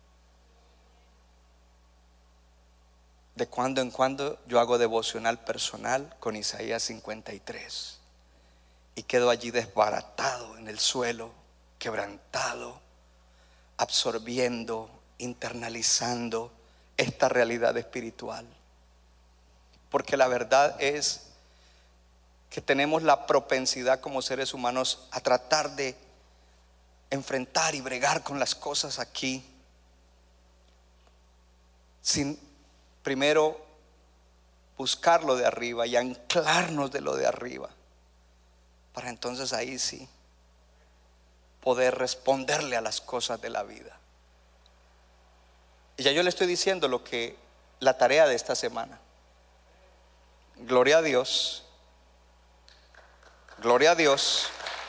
De cuando en cuando yo hago devocional personal con Isaías cincuenta y tres y quedo allí desbaratado en el suelo, quebrantado, absorbiendo, internalizando esta realidad espiritual. Porque la verdad es que tenemos la propensidad como seres humanos a tratar de enfrentar y bregar con las cosas aquí sin primero buscar lo de arriba y anclarnos de lo de arriba, para entonces ahí sí poder responderle a las cosas de la vida. Y ya yo le estoy diciendo lo que la tarea de esta semana. Gloria a Dios. Gloria a Dios.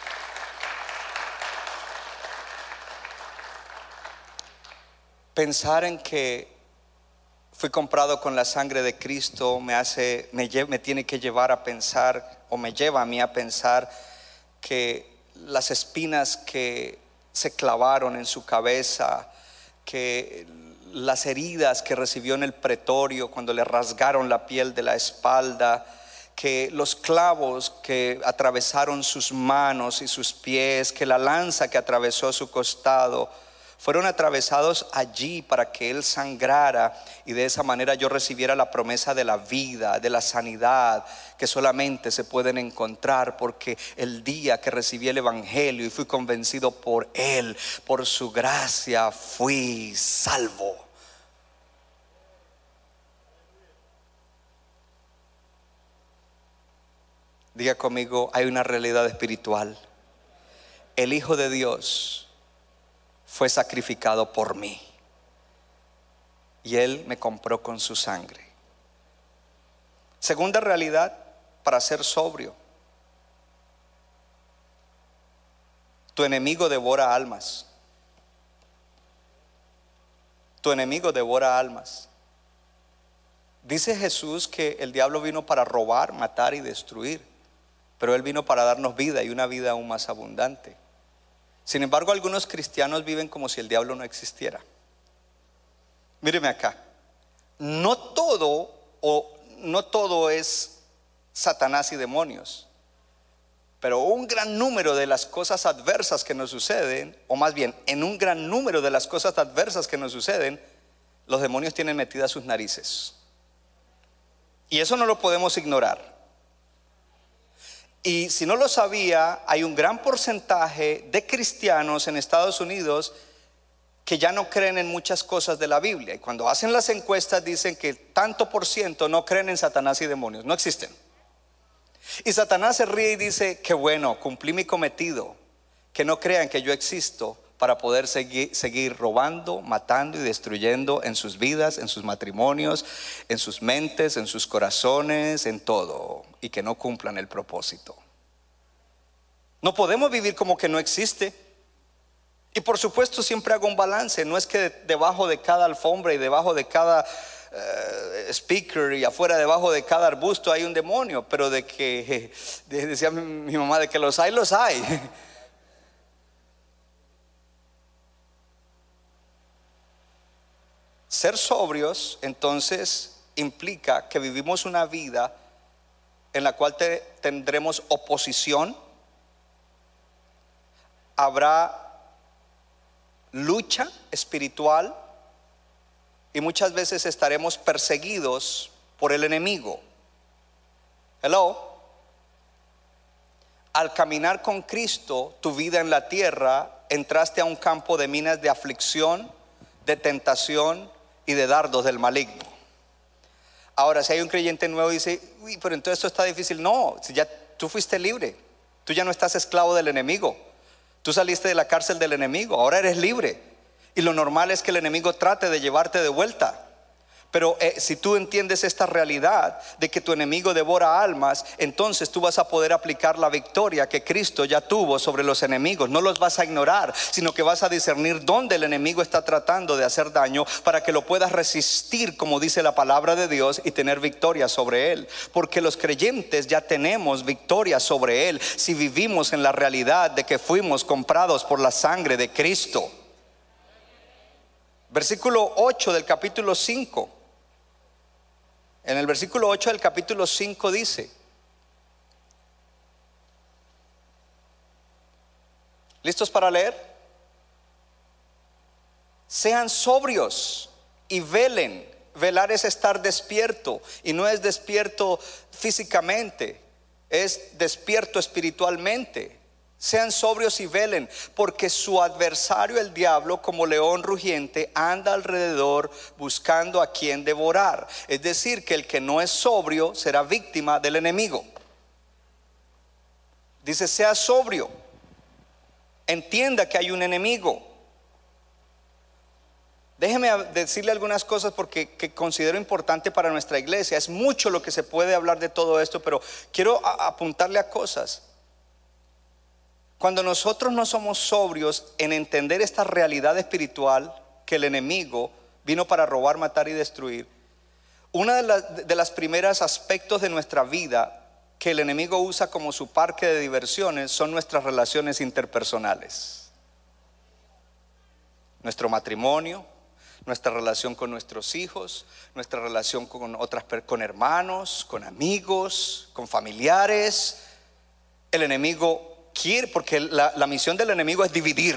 Pensar en que fui comprado con la sangre de Cristo me hace, me, lle- me tiene que llevar a pensar, o me lleva a mí a pensar que las espinas que se clavaron en su cabeza, que las heridas que recibió en el pretorio cuando le rasgaron la piel de la espalda, que los clavos que atravesaron sus manos y sus pies, que la lanza que atravesó su costado, fueron atravesados allí para que Él sangrara y de esa manera yo recibiera la promesa de la vida, de la sanidad, que solamente se pueden encontrar porque el día que recibí el Evangelio y fui convencido por Él, por su gracia fui salvo. Diga conmigo, hay una realidad espiritual. El Hijo de Dios fue sacrificado por mí y Él me compró con su sangre. Segunda realidad, para ser sobrio: tu enemigo devora almas. Tu enemigo devora almas. Dice Jesús que el diablo vino para robar, matar y destruir, pero Él vino para darnos vida y una vida aún más abundante. Sin embargo, algunos cristianos viven como si el diablo no existiera. Míreme acá. No todo o no todo es Satanás y demonios, pero un gran número de las cosas adversas que nos suceden, o más bien, en un gran número de las cosas adversas que nos suceden, los demonios tienen metidas sus narices. Y eso no lo podemos ignorar. Y si no lo sabía, hay un gran porcentaje de cristianos en Estados Unidos que ya no creen en muchas cosas de la Biblia. Y cuando hacen las encuestas dicen que tanto por ciento no creen en Satanás y demonios, no existen. Y Satanás se ríe y dice: qué bueno, cumplí mi cometido, que no crean que yo existo, para poder seguir, seguir robando, matando y destruyendo en sus vidas, en sus matrimonios, en sus mentes, en sus corazones, en todo, y que no cumplan el propósito. No podemos vivir como que no existe. Y por supuesto siempre hago un balance. No es que debajo de cada alfombra y debajo de cada uh, speaker y afuera debajo de cada arbusto hay un demonio, pero de que, de, decía mi, mi mamá, de que los hay, los hay. Ser sobrios entonces implica que vivimos una vida en la cual te, tendremos oposición, habrá lucha espiritual y muchas veces estaremos perseguidos por el enemigo. Hello. Al caminar con Cristo, tu vida en la tierra, entraste a un campo de minas de aflicción, de tentación y de dardos del maligno. Ahora, si hay un creyente nuevo y dice: uy, pero entonces esto está difícil. No, si ya tú fuiste libre, tú ya no estás esclavo del enemigo, tú saliste de la cárcel del enemigo, ahora eres libre. Y lo normal es que el enemigo trate de llevarte de vuelta, Pero eh, si tú entiendes esta realidad de que tu enemigo devora almas, entonces tú vas a poder aplicar la victoria que Cristo ya tuvo sobre los enemigos. No los vas a ignorar, sino que vas a discernir dónde el enemigo está tratando de hacer daño, para que lo puedas resistir, como dice la palabra de Dios, y tener victoria sobre él. Porque los creyentes ya tenemos victoria sobre él si vivimos en la realidad de que fuimos comprados por la sangre de Cristo. Versículo ocho del capítulo cinco. En el versículo ocho del capítulo cinco dice: ¿listos para leer? Sean sobrios y velen. Velar es estar despierto, y no es despierto físicamente, es despierto espiritualmente. Sean sobrios y velen, porque su adversario el diablo, como león rugiente, anda alrededor buscando a quien devorar. Es decir, que el que no es sobrio será víctima del enemigo. Dice: sea sobrio, entienda que hay un enemigo. Déjeme decirle algunas cosas porque que considero importante para nuestra iglesia. Es mucho lo que se puede hablar de todo esto, pero quiero a, apuntarle a cosas. Cuando nosotros no somos sobrios en entender esta realidad espiritual, que el enemigo vino para robar, matar y destruir, una de las, de las primeras aspectos de nuestra vida que el enemigo usa como su parque de diversiones son nuestras relaciones interpersonales. Nuestro matrimonio, nuestra relación con nuestros hijos, nuestra relación con otras, con hermanos, con amigos, con familiares. El enemigo quiere, porque la, la misión del enemigo es dividir.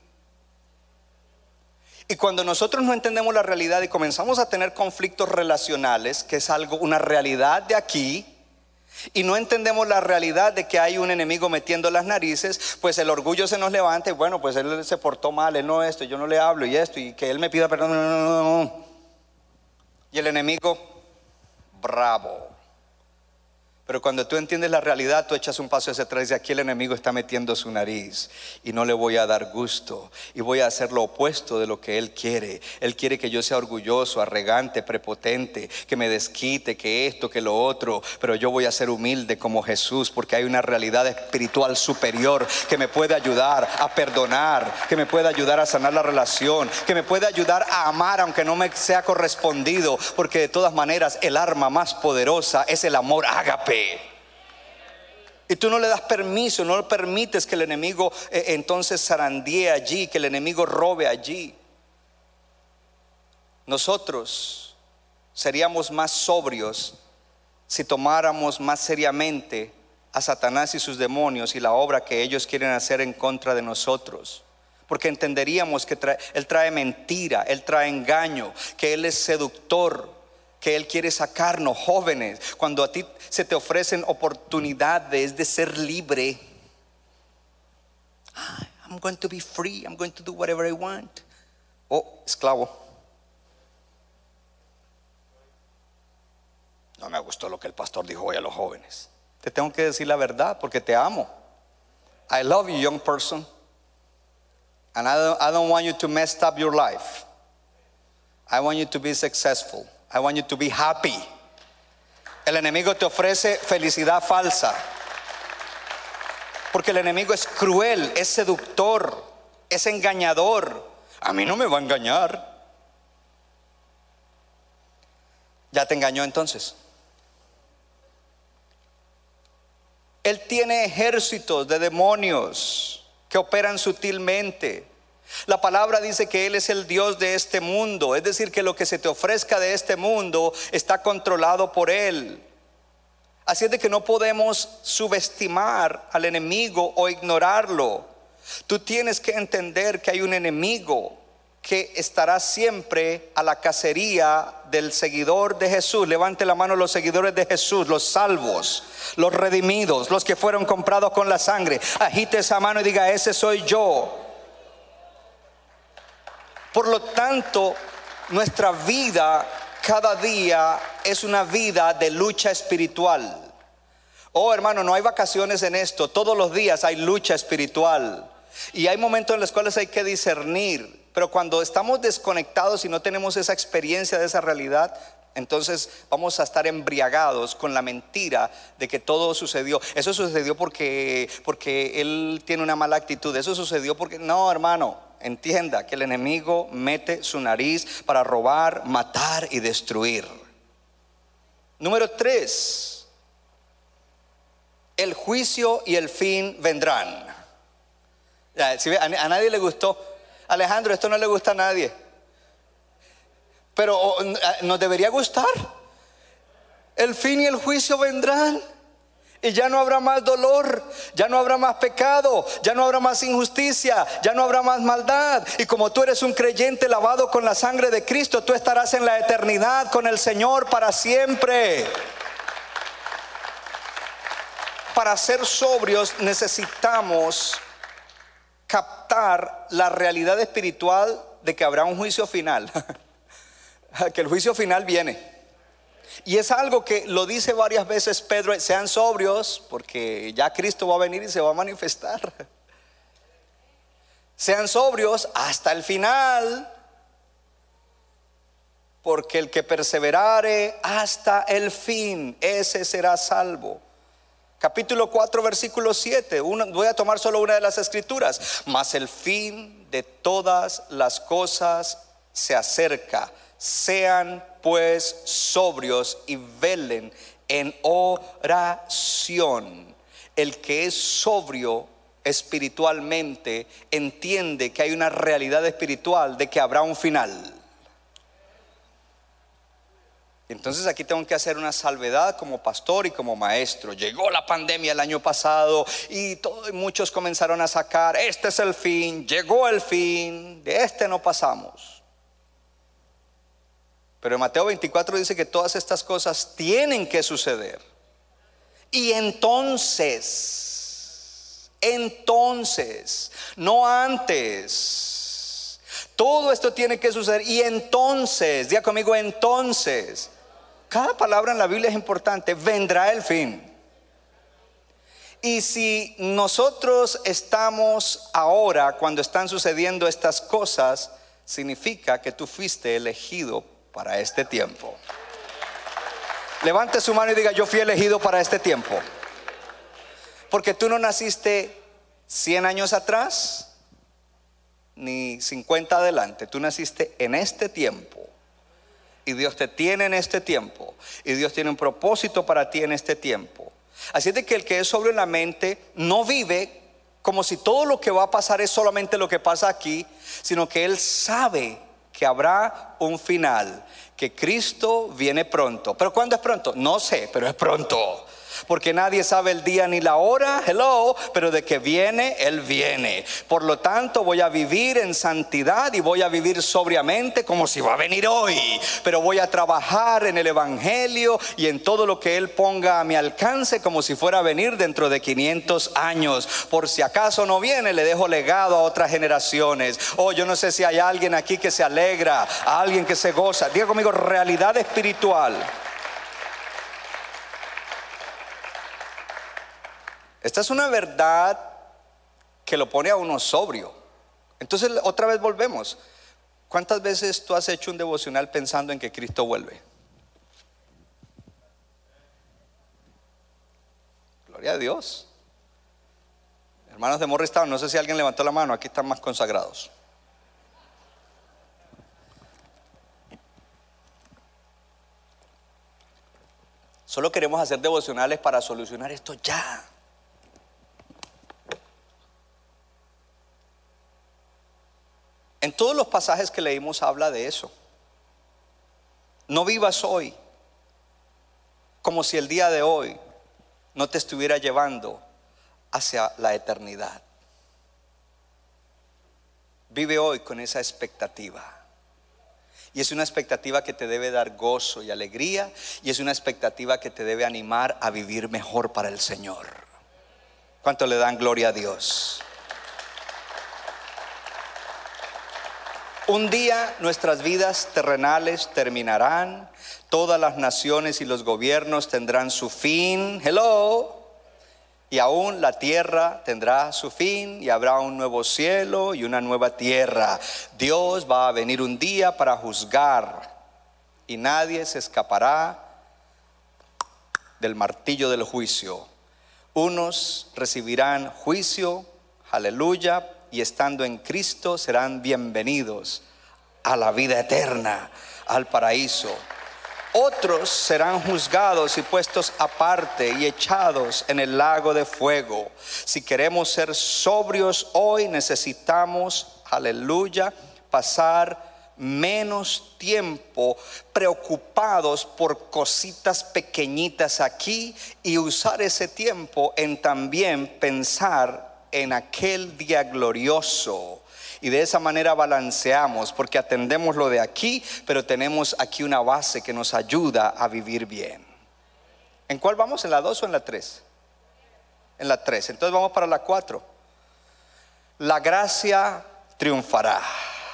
Y cuando nosotros no entendemos la realidad y comenzamos a tener conflictos relacionales, que es algo, una realidad de aquí, y no entendemos la realidad de que hay un enemigo metiendo las narices, pues el orgullo se nos levanta y bueno, pues él se portó mal, él no esto, yo no le hablo y esto, y que él me pida perdón, no, no, no, no. Y el enemigo, bravo. Pero cuando tú entiendes la realidad, tú echas un paso hacia atrás y dices: aquí el enemigo está metiendo su nariz y no le voy a dar gusto, y voy a hacer lo opuesto de lo que él quiere. Él quiere que yo sea orgulloso, arrogante, prepotente, que me desquite, que esto, que lo otro. Pero yo voy a ser humilde como Jesús, porque hay una realidad espiritual superior que me puede ayudar a perdonar, que me puede ayudar a sanar la relación, que me puede ayudar a amar aunque no me sea correspondido, porque de todas maneras el arma más poderosa es el amor ágape. Y tú no le das permiso, no le permites que el enemigo eh, entonces zarandee allí, que el enemigo robe allí. Nosotros seríamos más sobrios si tomáramos más seriamente a Satanás y sus demonios y la obra que ellos quieren hacer en contra de nosotros. Porque entenderíamos que trae, él trae mentira, él trae engaño, que él es seductor, que él quiere sacarnos. Jóvenes, cuando a ti se te ofrecen oportunidades de ser libre, I'm going to be free, I'm going to do whatever I want. Oh, esclavo, no me gustó lo que el pastor dijo hoy a los jóvenes. Te tengo que decir la verdad porque te amo. I love you, young person, and I don't, I don't want you to mess up your life. I want you to be successful. I want you to be happy. El enemigo te ofrece felicidad falsa, porque el enemigo es cruel, es seductor, es engañador. A mí no me va a engañar. Ya te engañó entonces. Él tiene ejércitos de demonios que operan sutilmente. La palabra dice que Él es el Dios de este mundo, es decir, que lo que se te ofrezca de este mundo está controlado por Él. Así es de que no podemos subestimar al enemigo o ignorarlo. Tú tienes que entender que hay un enemigo que estará siempre a la cacería del seguidor de Jesús. Levante la mano los seguidores de Jesús, los salvos, los redimidos, los que fueron comprados con la sangre. Agite esa mano y diga: ese soy yo. Por lo tanto, nuestra vida cada día es una vida de lucha espiritual. Oh, hermano, no hay vacaciones en esto. Todos los días hay lucha espiritual. Y hay momentos en los cuales hay que discernir Pero cuando estamos desconectados y no tenemos esa experiencia de esa realidad, entonces vamos a estar embriagados con la mentira de que todo sucedió. Eso sucedió porque, porque él tiene una mala actitud. Eso sucedió porque, no, hermano, entienda que el enemigo mete su nariz para robar, matar y destruir. Número tres, el juicio y el fin vendrán. Si ve, a, a nadie le gustó. Alejandro, esto no le gusta a nadie. Pero nos debería gustar. El fin y el juicio vendrán. Y ya no habrá más dolor, ya no habrá más pecado, ya no habrá más injusticia, ya no habrá más maldad. Y como tú eres un creyente lavado con la sangre de Cristo, tú estarás en la eternidad con el Señor para siempre. Para ser sobrios necesitamos captar la realidad espiritual de que habrá un juicio final. Que el juicio final viene. Y es algo que lo dice varias veces Pedro: sean sobrios porque ya Cristo va a venir y se va a manifestar. Sean sobrios hasta el final, porque el que perseverare hasta el fin, ese será salvo. Capítulo cuatro, versículo siete. Una, voy a tomar solo una de las escrituras. Mas el fin de todas las cosas se acerca. Sean pues sobrios y velen en oración. El que es sobrio espiritualmente entiende que hay una realidad espiritual de que habrá un final. Entonces aquí tengo que hacer una salvedad como pastor y como maestro. Llegó la pandemia el año pasado y, todo, y muchos comenzaron a sacar: este es el fin, llegó el fin, de este no pasamos. Pero en Mateo veinticuatro dice que todas estas cosas tienen que suceder. Y entonces, entonces, no antes. Todo esto tiene que suceder. Y entonces, diga conmigo, entonces. Cada palabra en la Biblia es importante. Vendrá el fin. Y si nosotros estamos ahora cuando están sucediendo estas cosas, significa que tú fuiste elegido para este tiempo. Levante su mano y diga: yo fui elegido para este tiempo. Porque tú no naciste cien años atrás ni cincuenta adelante. Tú naciste en este tiempo. Y Dios te tiene en este tiempo. Y Dios tiene un propósito para ti en este tiempo. Así es de que el que es sobrio en la mente no vive como si todo lo que va a pasar es solamente lo que pasa aquí, sino que él sabe que habrá un final, que Cristo viene pronto. ¿Pero cuándo es pronto? No sé, pero es pronto. Porque nadie sabe el día ni la hora, hello, pero de que viene, Él viene. Por lo tanto, voy a vivir en santidad y voy a vivir sobriamente como si va a venir hoy. Pero voy a trabajar en el Evangelio y en todo lo que Él ponga a mi alcance como si fuera a venir dentro de quinientos años. Por si acaso no viene, le dejo legado a otras generaciones. Oh, yo no sé si hay alguien aquí que se alegra, a alguien que se goza. Diga conmigo, realidad espiritual. Esta es una verdad que lo pone a uno sobrio. Entonces otra vez volvemos. ¿Cuántas veces tú has hecho un devocional pensando en que Cristo vuelve? Gloria a Dios. Hermanos de Morristown, no sé si alguien levantó la mano. Aquí están más consagrados. Solo queremos hacer devocionales para solucionar esto ya. En todos los pasajes que leímos habla de eso. No vivas hoy como si el día de hoy no te estuviera llevando hacia la eternidad. Vive hoy con esa expectativa. Y es una expectativa que te debe dar gozo y alegría. Y es una expectativa que te debe animar a vivir mejor para el Señor. ¿Cuánto le dan gloria a Dios? Un día nuestras vidas terrenales terminarán. Todas las naciones y los gobiernos tendrán su fin. Hello. Y aún la tierra tendrá su fin y habrá un nuevo cielo y una nueva tierra. Dios va a venir un día para juzgar y nadie se escapará del martillo del juicio. Unos recibirán juicio, aleluya, y estando en Cristo serán bienvenidos a la vida eterna, al paraíso. Otros serán juzgados y puestos aparte y echados en el lago de fuego. Si queremos ser sobrios hoy, necesitamos, aleluya, pasar menos tiempo preocupados por cositas pequeñitas aquí y usar ese tiempo en también pensar en aquel día glorioso. Y de esa manera balanceamos, porque atendemos lo de aquí, pero tenemos aquí una base que nos ayuda a vivir bien. ¿En cuál vamos? ¿En la dos o en la tres? En la tres. Entonces vamos para la cuatro. La gracia triunfará.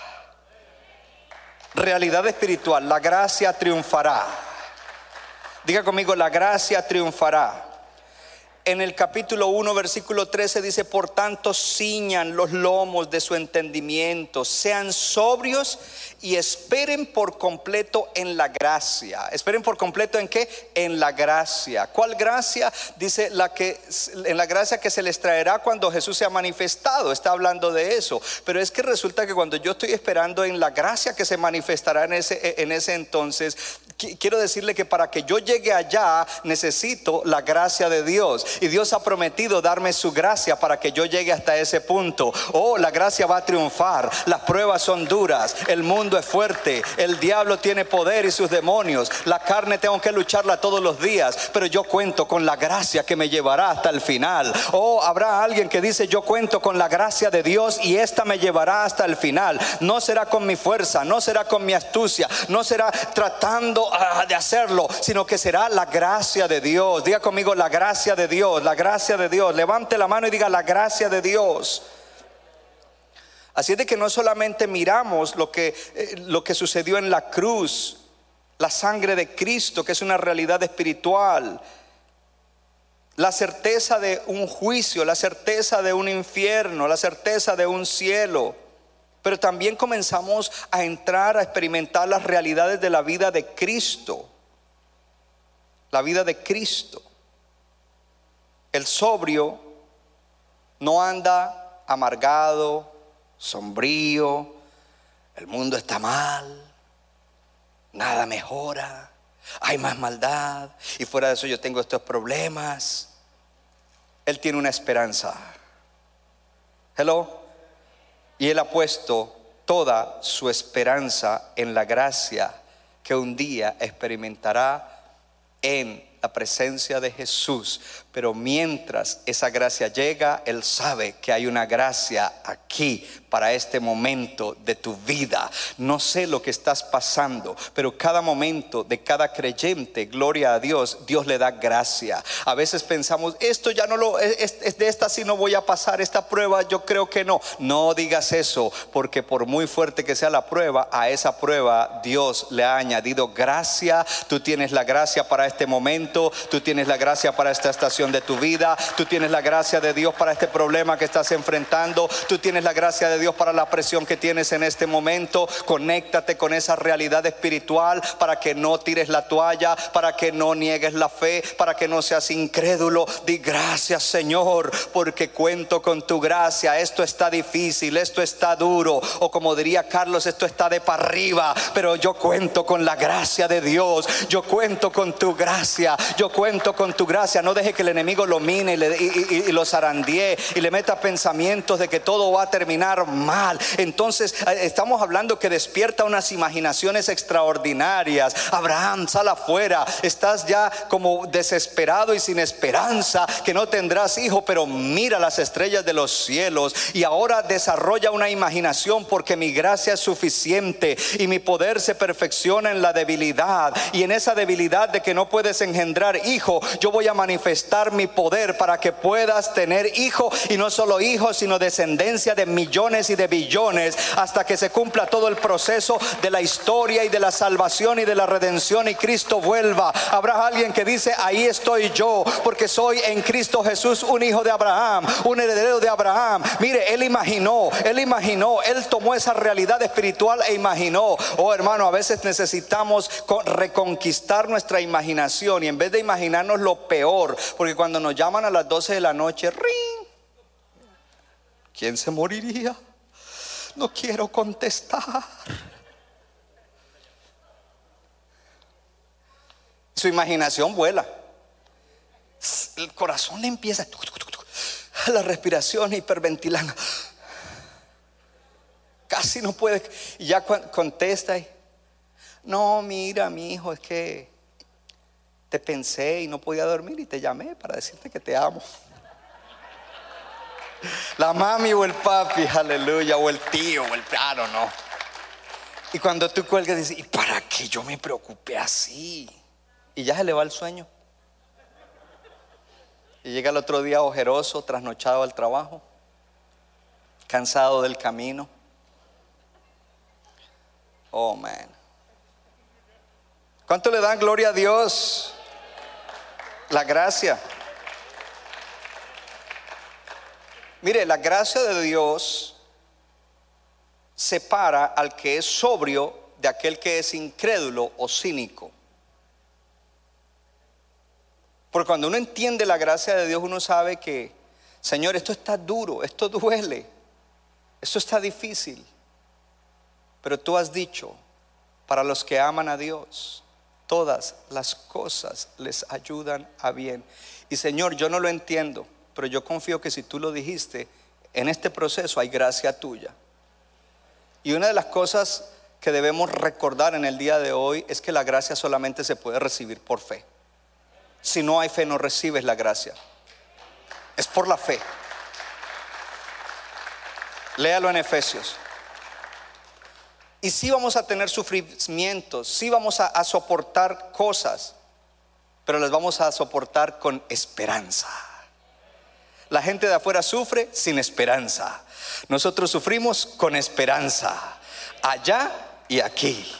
Realidad espiritual, la gracia triunfará. Diga conmigo, la gracia triunfará. En el capítulo uno, versículo trece dice: por tanto, ciñan los lomos de su entendimiento, sean sobrios y esperen por completo en la gracia. ¿Esperen por completo en qué? En la gracia. ¿Cuál gracia? Dice la que, en la gracia que se les traerá cuando Jesús sea manifestado. Está hablando de eso. Pero es que resulta que cuando yo estoy esperando en la gracia que se manifestará en ese, en ese entonces, quiero decirle que para que yo llegue allá necesito la gracia de Dios. Y Dios ha prometido darme su gracia para que yo llegue hasta ese punto. Oh, la gracia va a triunfar. Las pruebas son duras. El mundo es fuerte. El diablo tiene poder y sus demonios. La carne tengo que lucharla todos los días. Pero yo cuento con la gracia que me llevará hasta el final. Oh, habrá alguien que dice: yo cuento con la gracia de Dios y esta me llevará hasta el final. No será con mi fuerza, no será con mi astucia, no será tratando uh, de hacerlo, sino que será la gracia de Dios. Diga conmigo, la gracia de Dios. La gracia de Dios. Levante la mano y diga: la gracia de Dios. Así es de que no solamente miramos lo que, eh, lo que sucedió en la cruz, la sangre de Cristo, que es una realidad espiritual, la certeza de un juicio, la certeza de un infierno, la certeza de un cielo, pero también comenzamos a entrar a experimentar las realidades de la vida de Cristo. La vida de Cristo. El sobrio no anda amargado, sombrío, el mundo está mal, nada mejora, hay más maldad y fuera de eso yo tengo estos problemas. Él tiene una esperanza. Hello. Y él ha puesto toda su esperanza en la gracia que un día experimentará en la presencia de Jesús. Pero mientras esa gracia llega, él sabe que hay una gracia aquí para este momento de tu vida. No sé lo que estás pasando, pero cada momento de cada creyente, gloria a Dios, Dios le da gracia. A veces pensamos: esto ya no lo, es, es de esta sí no voy a pasar, esta prueba yo creo que no. No digas eso, porque por muy fuerte que sea la prueba, a esa prueba Dios le ha añadido gracia. Tú tienes la gracia para este momento, tú tienes la gracia para esta estación de tu vida, tú tienes la gracia de Dios para este problema que estás enfrentando, tú tienes la gracia de Dios para la presión que tienes en este momento. Conéctate con esa realidad espiritual para que no tires la toalla, para que no niegues la fe, para que no seas incrédulo. Di: gracias, Señor, porque cuento con tu gracia. Esto está difícil, esto está duro, o como diría Carlos, esto está de para arriba, pero yo cuento con la gracia de Dios. Yo cuento con tu gracia, yo cuento con tu gracia. No deje que el enemigo lo mine y, le, y, y, y lo zarandee y le meta pensamientos de que todo va a terminar mal. Entonces estamos hablando que despierta unas imaginaciones extraordinarias. Abraham, sal afuera, estás ya como desesperado y sin esperanza, que no tendrás hijo, pero mira las estrellas de los cielos. Y ahora desarrolla una imaginación, porque mi gracia es suficiente y mi poder se perfecciona en la debilidad. Y en esa debilidad de que no puedes engendrar engendrar hijo, yo voy a manifestar mi poder para que puedas tener hijo, y no solo hijos, sino descendencia de millones y de billones, hasta que se cumpla todo el proceso de la historia y de la salvación y de la redención y Cristo vuelva. Habrá alguien que dice: ahí estoy yo, porque soy en Cristo Jesús un hijo de Abraham, un heredero de Abraham. Mire, él imaginó, él imaginó, él tomó esa realidad espiritual e imaginó. Oh hermano, a veces necesitamos reconquistar nuestra imaginación, y en vez de imaginarnos lo peor, porque cuando nos llaman a las doce de la noche, ring, ¿quién se moriría? No quiero contestar. Su imaginación vuela, el corazón le empieza, la respiración hiperventilando, casi no puede, y ya contesta y: no, mira, mi hijo, es que te pensé y no podía dormir y te llamé para decirte que te amo. La mami o el papi, aleluya, o el tío o el claro, no. Y cuando tú cuelgas dices: ¿y para qué yo me preocupé así? Y ya se le va el sueño. Y llega el otro día ojeroso, trasnochado al trabajo, cansado del camino. Oh man. ¿Cuánto le dan gloria a Dios? La gracia. Mire, la gracia de Dios separa al que es sobrio de aquel que es incrédulo o cínico. Porque cuando uno entiende la gracia de Dios, uno sabe que, Señor, esto está duro, esto duele, esto está difícil, pero tú has dicho: para los que aman a Dios, todas las cosas les ayudan a bien. Y Señor, yo no lo entiendo, pero yo confío que si tú lo dijiste, en este proceso hay gracia tuya. Y una de las cosas que debemos recordar en el día de hoy es que la gracia solamente se puede recibir por fe. Si no hay fe, no recibes la gracia. Es por la fe. Léalo en Efesios. Y sí vamos a tener sufrimientos, sí vamos a, a soportar cosas, pero las vamos a soportar con esperanza. La gente de afuera sufre sin esperanza. Nosotros sufrimos con esperanza, allá y aquí.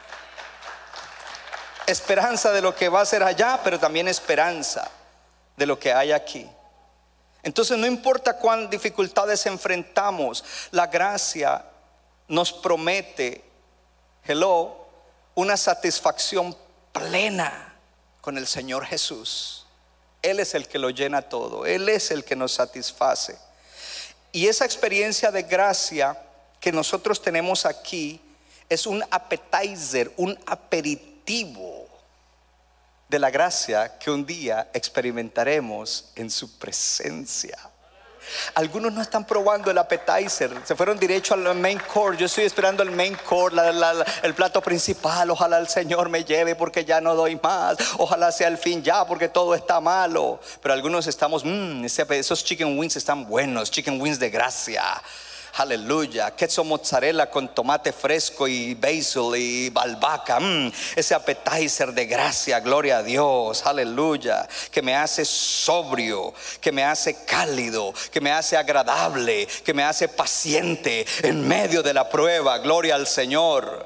Esperanza de lo que va a ser allá, pero también esperanza de lo que hay aquí. Entonces no importa cuán dificultades enfrentamos, la gracia nos promete, hello, una satisfacción plena con el Señor Jesús. Él es el que lo llena todo, Él es el que nos satisface. Y esa experiencia de gracia que nosotros tenemos aquí es un appetizer, un aperitivo de la gracia que un día experimentaremos en su presencia. Algunos no están probando el appetizer, se fueron derecho al main course. Yo estoy esperando el main course, la, la, el plato principal. Ojalá el Señor me lleve porque ya no doy más. Ojalá sea el fin ya porque todo está malo. Pero algunos estamos, mmm, esos chicken wings están buenos, chicken wings de gracia. Aleluya, queso mozzarella con tomate fresco y basil y albahaca, mm, ese appetizer de gracia, gloria a Dios, aleluya, que me hace sobrio, que me hace cálido, que me hace agradable, que me hace paciente en medio de la prueba, gloria al Señor.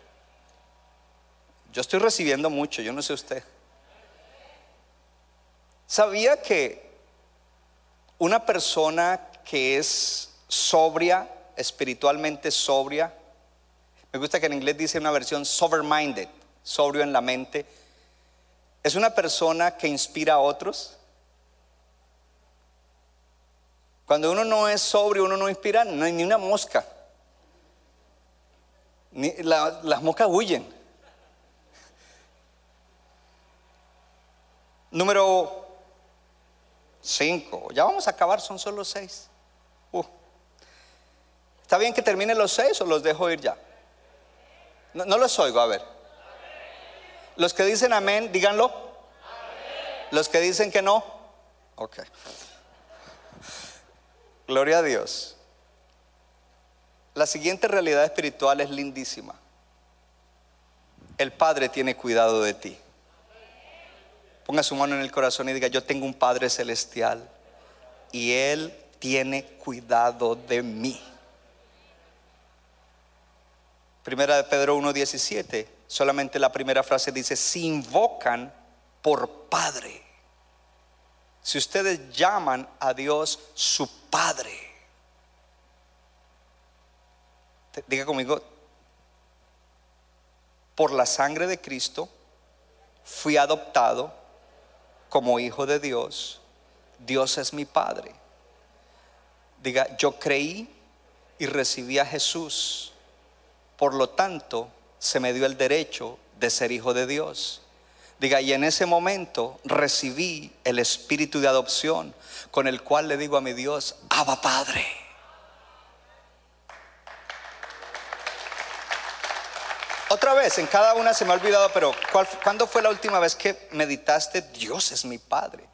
Yo estoy recibiendo mucho, yo no sé usted. ¿Sabía que una persona que es sobria, espiritualmente sobria, me gusta que en inglés dice una versión sober minded, sobrio en la mente, es una persona que inspira a otros? Cuando uno no es sobrio, uno no inspira, no hay ni una mosca, ni, la, las moscas huyen. Número cinco, ya vamos a acabar, son solo seis. uh. ¿Está bien que termine los seis o los dejo ir ya? No, no los oigo, a ver. Los que dicen amén, díganlo. Los que dicen que no, ok. Gloria a Dios. La siguiente realidad espiritual es lindísima. El Padre tiene cuidado de ti. Ponga su mano en el corazón y diga: yo tengo un Padre celestial y Él tiene cuidado de mí. Primera de Pedro uno diecisiete, solamente la primera frase dice: si invocan por Padre. Si ustedes llaman a Dios su Padre, diga conmigo: por la sangre de Cristo fui adoptado como hijo de Dios. Dios es mi Padre. Diga: yo creí y recibí a Jesús, por lo tanto se me dio el derecho de ser hijo de Dios. Diga: y en ese momento recibí el espíritu de adopción, con el cual le digo a mi Dios: Abba, Padre. Otra vez, en cada una se me ha olvidado, pero ¿cuál, ¿cuándo fue la última vez que meditaste: Dios es mi Padre?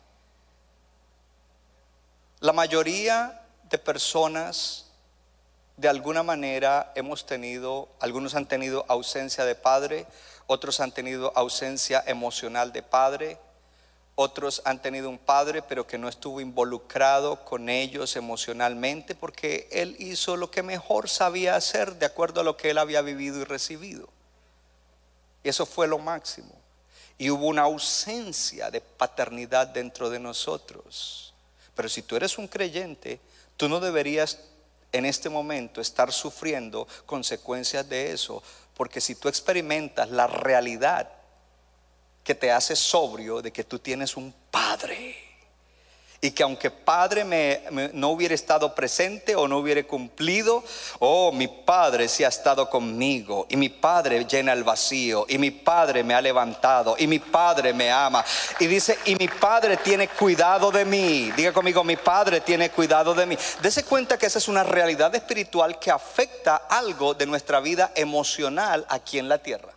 La mayoría de personas, de alguna manera, hemos tenido, algunos han tenido ausencia de padre, otros han tenido ausencia emocional de padre, otros han tenido un padre pero que no estuvo involucrado con ellos emocionalmente, porque él hizo lo que mejor sabía hacer de acuerdo a lo que él había vivido y recibido. Y eso fue lo máximo. Y hubo una ausencia de paternidad dentro de nosotros. Pero si tú eres un creyente, tú no deberías en este momento estar sufriendo consecuencias de eso, porque si tú experimentas la realidad que te hace sobrio de que tú tienes un Padre, y que aunque Padre me, me, no hubiera estado presente o no hubiera cumplido, oh, mi Padre sí ha estado conmigo, y mi Padre llena el vacío, y mi Padre me ha levantado, y mi Padre me ama, y dice: y mi Padre tiene cuidado de mí. Diga conmigo: mi Padre tiene cuidado de mí. Dese cuenta que esa es una realidad espiritual que afecta algo de nuestra vida emocional aquí en la tierra.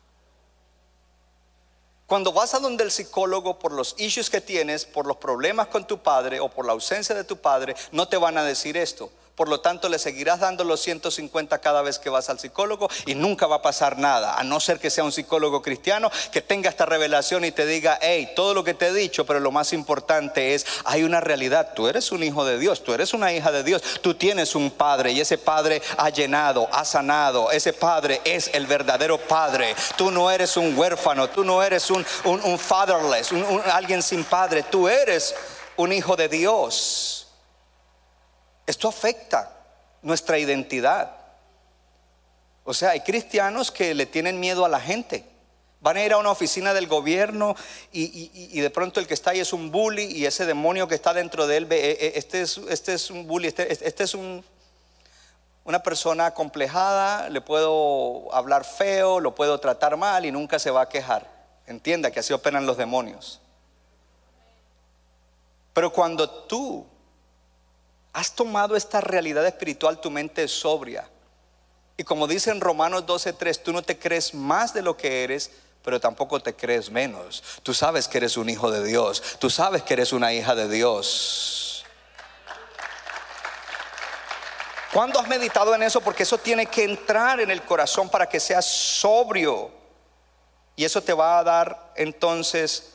Cuando vas a donde el psicólogo por los issues que tienes, por los problemas con tu padre o por la ausencia de tu padre, no te van a decir esto. Por lo tanto, le seguirás dando los ciento cincuenta cada vez que vas al psicólogo y nunca va a pasar nada, a no ser que sea un psicólogo cristiano que tenga esta revelación y te diga: hey, todo lo que te he dicho, pero lo más importante es, hay una realidad. Tú eres un hijo de Dios, tú eres una hija de Dios, tú tienes un Padre, y ese Padre ha llenado, ha sanado. Ese Padre es el verdadero Padre. Tú no eres un huérfano, tú no eres un, un, un fatherless, un, un, alguien sin padre. Tú eres un hijo de Dios. Esto afecta nuestra identidad. O sea, hay cristianos que le tienen miedo a la gente. Van a ir a una oficina del gobierno y, y, y de pronto el que está ahí es un bully, y ese demonio que está dentro de él ve: este es, este es un bully, este, este es un, una persona acomplejada, le puedo hablar feo, lo puedo tratar mal y nunca se va a quejar. Entienda que así operan los demonios. Pero cuando tú has tomado esta realidad espiritual, tu mente es sobria. Y como dice en Romanos doce tres, tú no te crees más de lo que eres, pero tampoco te crees menos. Tú sabes que eres un hijo de Dios. Tú sabes que eres una hija de Dios. ¿Cuándo has meditado en eso? Porque eso tiene que entrar en el corazón para que seas sobrio. Y eso te va a dar entonces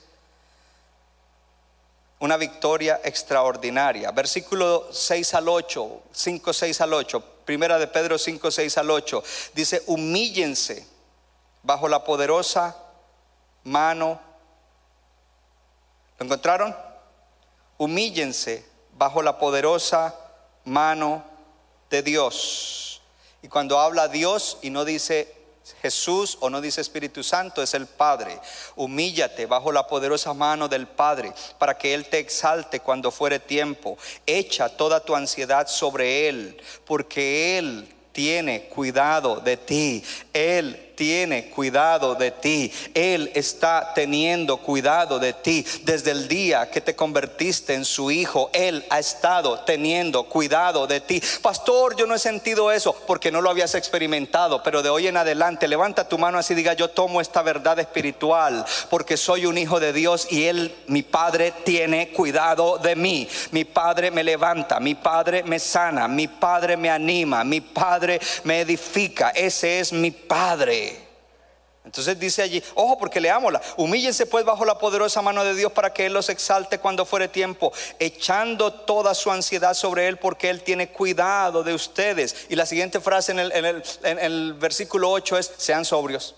una victoria extraordinaria. Versículo seis al ocho, cinco, seis al ocho, primera de Pedro cinco, seis al ocho, dice: humíllense bajo la poderosa mano. ¿Lo encontraron? Humíllense bajo la poderosa mano de Dios. Y cuando habla Dios y no dice Jesús o no dice Espíritu Santo, es el Padre. Humíllate bajo la poderosa mano del Padre, para que Él te exalte cuando fuere tiempo. Echa toda tu ansiedad sobre Él, porque Él tiene cuidado de ti. Él tiene cuidado de ti. Él está teniendo cuidado de ti. Desde el día que te convertiste en su hijo, Él ha estado teniendo cuidado de ti. Pastor, yo no he sentido eso, porque no lo habías experimentado. Pero de hoy en adelante, levanta tu mano así y diga: yo tomo esta verdad espiritual, porque soy un hijo de Dios y Él, mi Padre, tiene cuidado de mí. Mi Padre me levanta, mi Padre me sana, mi Padre me anima, mi Padre me edifica. Ese es mi Padre. Entonces dice allí, ojo, porque leámosla: humíllense pues bajo la poderosa mano de Dios para que Él los exalte cuando fuere tiempo, echando toda su ansiedad sobre Él, porque Él tiene cuidado de ustedes. Y la siguiente frase en el, en el, en el versículo ocho es: sean sobrios.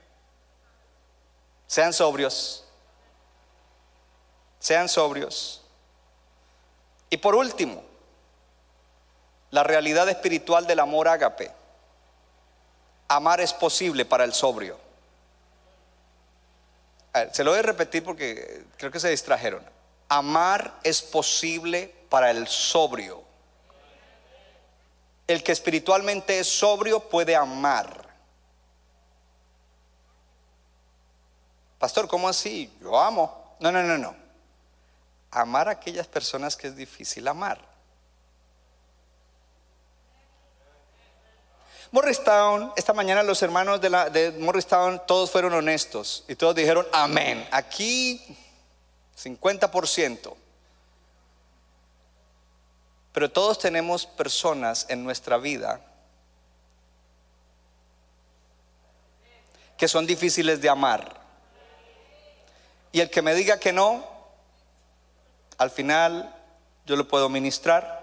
Sean sobrios. Sean sobrios. Y por último, la realidad espiritual del amor ágape. Amar es posible para el sobrio. A ver, se lo voy a repetir porque creo que se distrajeron. Amar es posible para el sobrio. El que espiritualmente es sobrio puede amar. Pastor, ¿cómo así? Yo amo. No, no, no, no. Amar a aquellas personas que es difícil amar. Morristown, esta mañana los hermanos de, la, de Morristown todos fueron honestos y todos dijeron amén. Aquí cincuenta por ciento. Pero todos tenemos personas en nuestra vida que son difíciles de amar. Y el que me diga que no, al final yo lo puedo ministrar.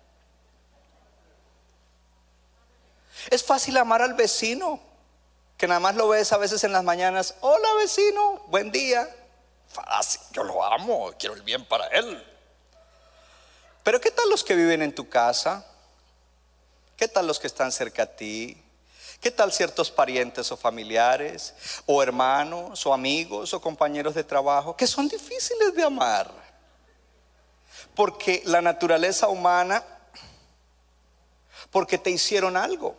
Es fácil amar al vecino, que nada más lo ves a veces en las mañanas. Hola vecino, buen día. Fácil, yo lo amo, quiero el bien para él. Pero ¿qué tal los que viven en tu casa? ¿Qué tal los que están cerca a ti? ¿Qué tal ciertos parientes o familiares, o hermanos, o amigos, o compañeros de trabajo, que son difíciles de amar? Porque la naturaleza humana, porque te hicieron algo.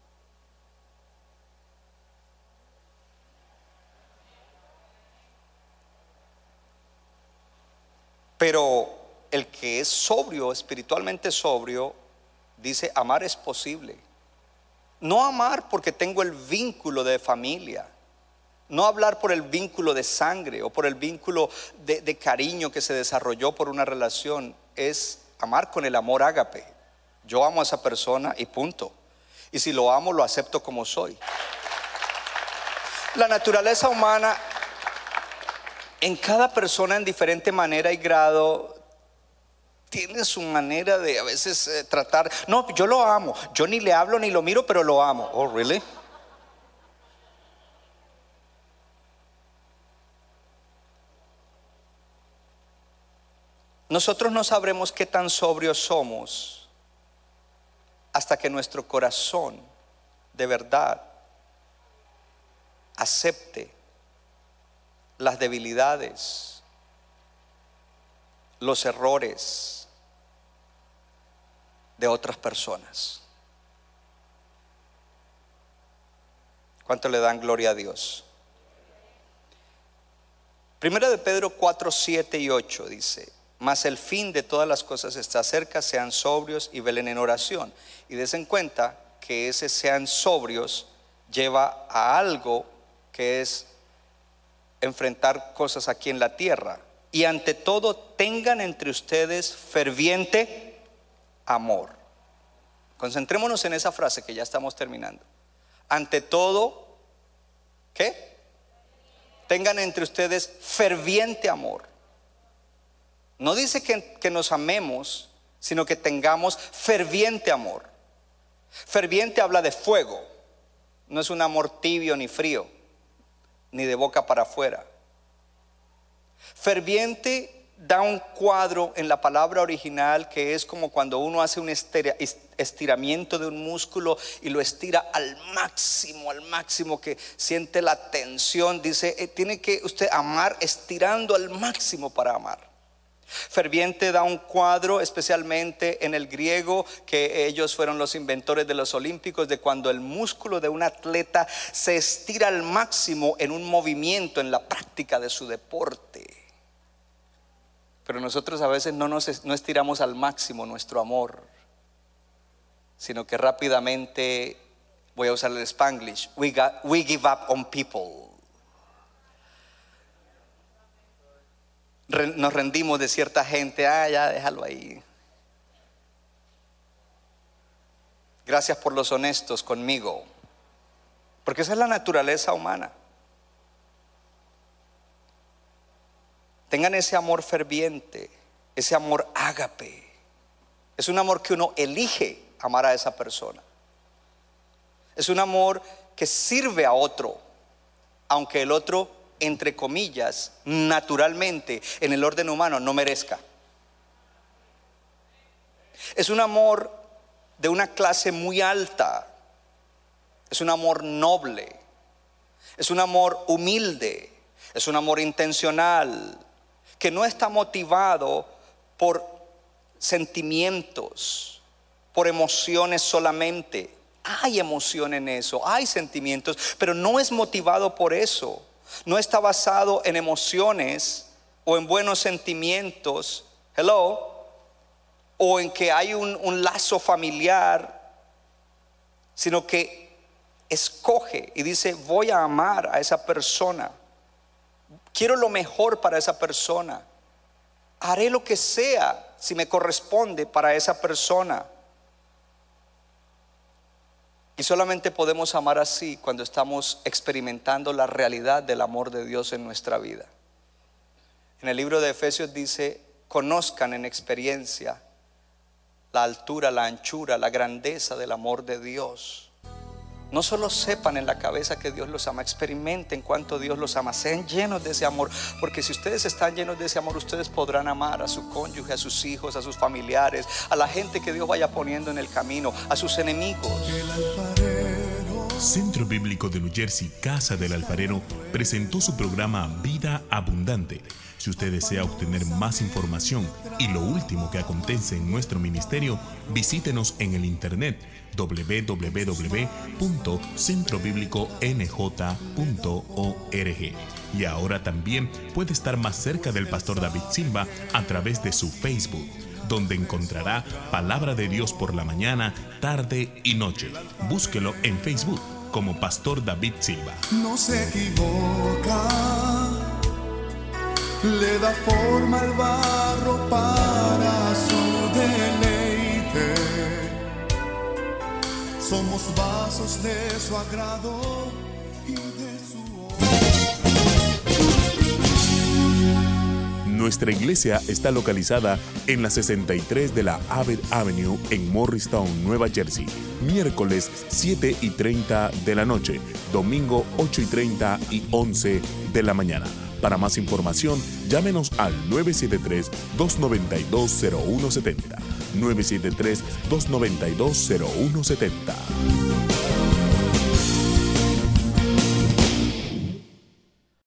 Pero el que es sobrio, espiritualmente sobrio, dice: amar es posible. No amar porque tengo el vínculo de familia, no hablar por el vínculo de sangre o por el vínculo de, de cariño que se desarrolló por una relación. Es amar con el amor ágape. Yo amo a esa persona y punto. Y si lo amo, lo acepto como soy. La naturaleza humana, en cada persona en diferente manera y grado, tiene su manera de a veces eh, tratar. No, yo lo amo, yo ni le hablo ni lo miro, pero lo amo. Oh, really? Nosotros no sabremos qué tan sobrios somos hasta que nuestro corazón de verdad acepte las debilidades, los errores de otras personas. ¿Cuánto le dan gloria a Dios? Primera de Pedro cuatro, siete y ocho dice: mas el fin de todas las cosas está cerca, sean sobrios y velen en oración. Y desen cuenta que ese sean sobrios lleva a algo que es enfrentar cosas aquí en la tierra. Y ante todo tengan entre ustedes ferviente amor. Concentrémonos en esa frase que ya estamos terminando. Ante todo, ¿qué? Tengan entre ustedes ferviente amor. No dice que, que nos amemos, sino que tengamos ferviente amor. Ferviente habla de fuego. No es un amor tibio ni frío, ni de boca para afuera. Ferviente da un cuadro en la palabra original que es como cuando uno hace un estiramiento de un músculo y lo estira al máximo, al máximo, que siente la tensión. Dice, eh, tiene que usted amar estirando al máximo para amar. Ferviente da un cuadro, especialmente en el griego, que ellos fueron los inventores de los olímpicos, de cuando el músculo de un atleta se estira al máximo en un movimiento, en la práctica de su deporte. Pero nosotros a veces no, nos, no estiramos al máximo nuestro amor, sino que rápidamente, voy a usar el Spanglish, we, got, we give up on people. Nos rendimos de cierta gente. Ah, ya, déjalo ahí. Gracias por los honestos conmigo, porque esa es la naturaleza humana. tengan ese amor ferviente, ese amor ágape. Es un amor que uno elige amar a esa persona. Es un amor que sirve a otro, aunque el otro, entre comillas, naturalmente, en el orden humano, no merezca. Es un amor de una clase muy alta. Es un amor noble. Es un amor humilde. Es un amor intencional, que no está motivado por sentimientos, por emociones solamente. Hay emoción en eso, hay sentimientos, pero no es motivado por eso. No está basado en emociones o en buenos sentimientos, hello, o en que hay un, un lazo familiar, sino que escoge y dice: voy a amar a esa persona, quiero lo mejor para esa persona, haré lo que sea si me corresponde para esa persona. Y solamente podemos amar así cuando estamos experimentando la realidad del amor de Dios en nuestra vida. En el libro de Efesios dice: conozcan en experiencia la altura, la anchura, la grandeza del amor de Dios. No solo sepan en la cabeza que Dios los ama, experimenten cuánto Dios los ama, sean llenos de ese amor, porque si ustedes están llenos de ese amor, ustedes podrán amar a su cónyuge, a sus hijos, a sus familiares, a la gente que Dios vaya poniendo en el camino, a sus enemigos. Centro Bíblico de New Jersey, Casa del Alfarero, presentó su programa Vida Abundante. Si usted desea obtener más información y lo último que acontece en nuestro ministerio, visítenos en el internet doble u doble u doble u punto centro bíblico n j punto org. Y ahora también puede estar más cerca del pastor David Silva a través de su Facebook, donde encontrará palabra de Dios por la mañana, tarde y noche. Búsquelo en Facebook como Pastor David Silva. No se equivoca, le da forma al barro para su deleite. Somos vasos de su agrado y de su Nuestra iglesia está localizada en la sesenta y tres de la Abbott Avenue en Morristown, Nueva Jersey. Miércoles siete y treinta de la noche, domingo ocho y treinta y once de la mañana. Para más información, llámenos al nueve siete tres, dos nueve dos, cero uno siete cero. nueve siete tres, dos nueve dos, cero uno siete cero.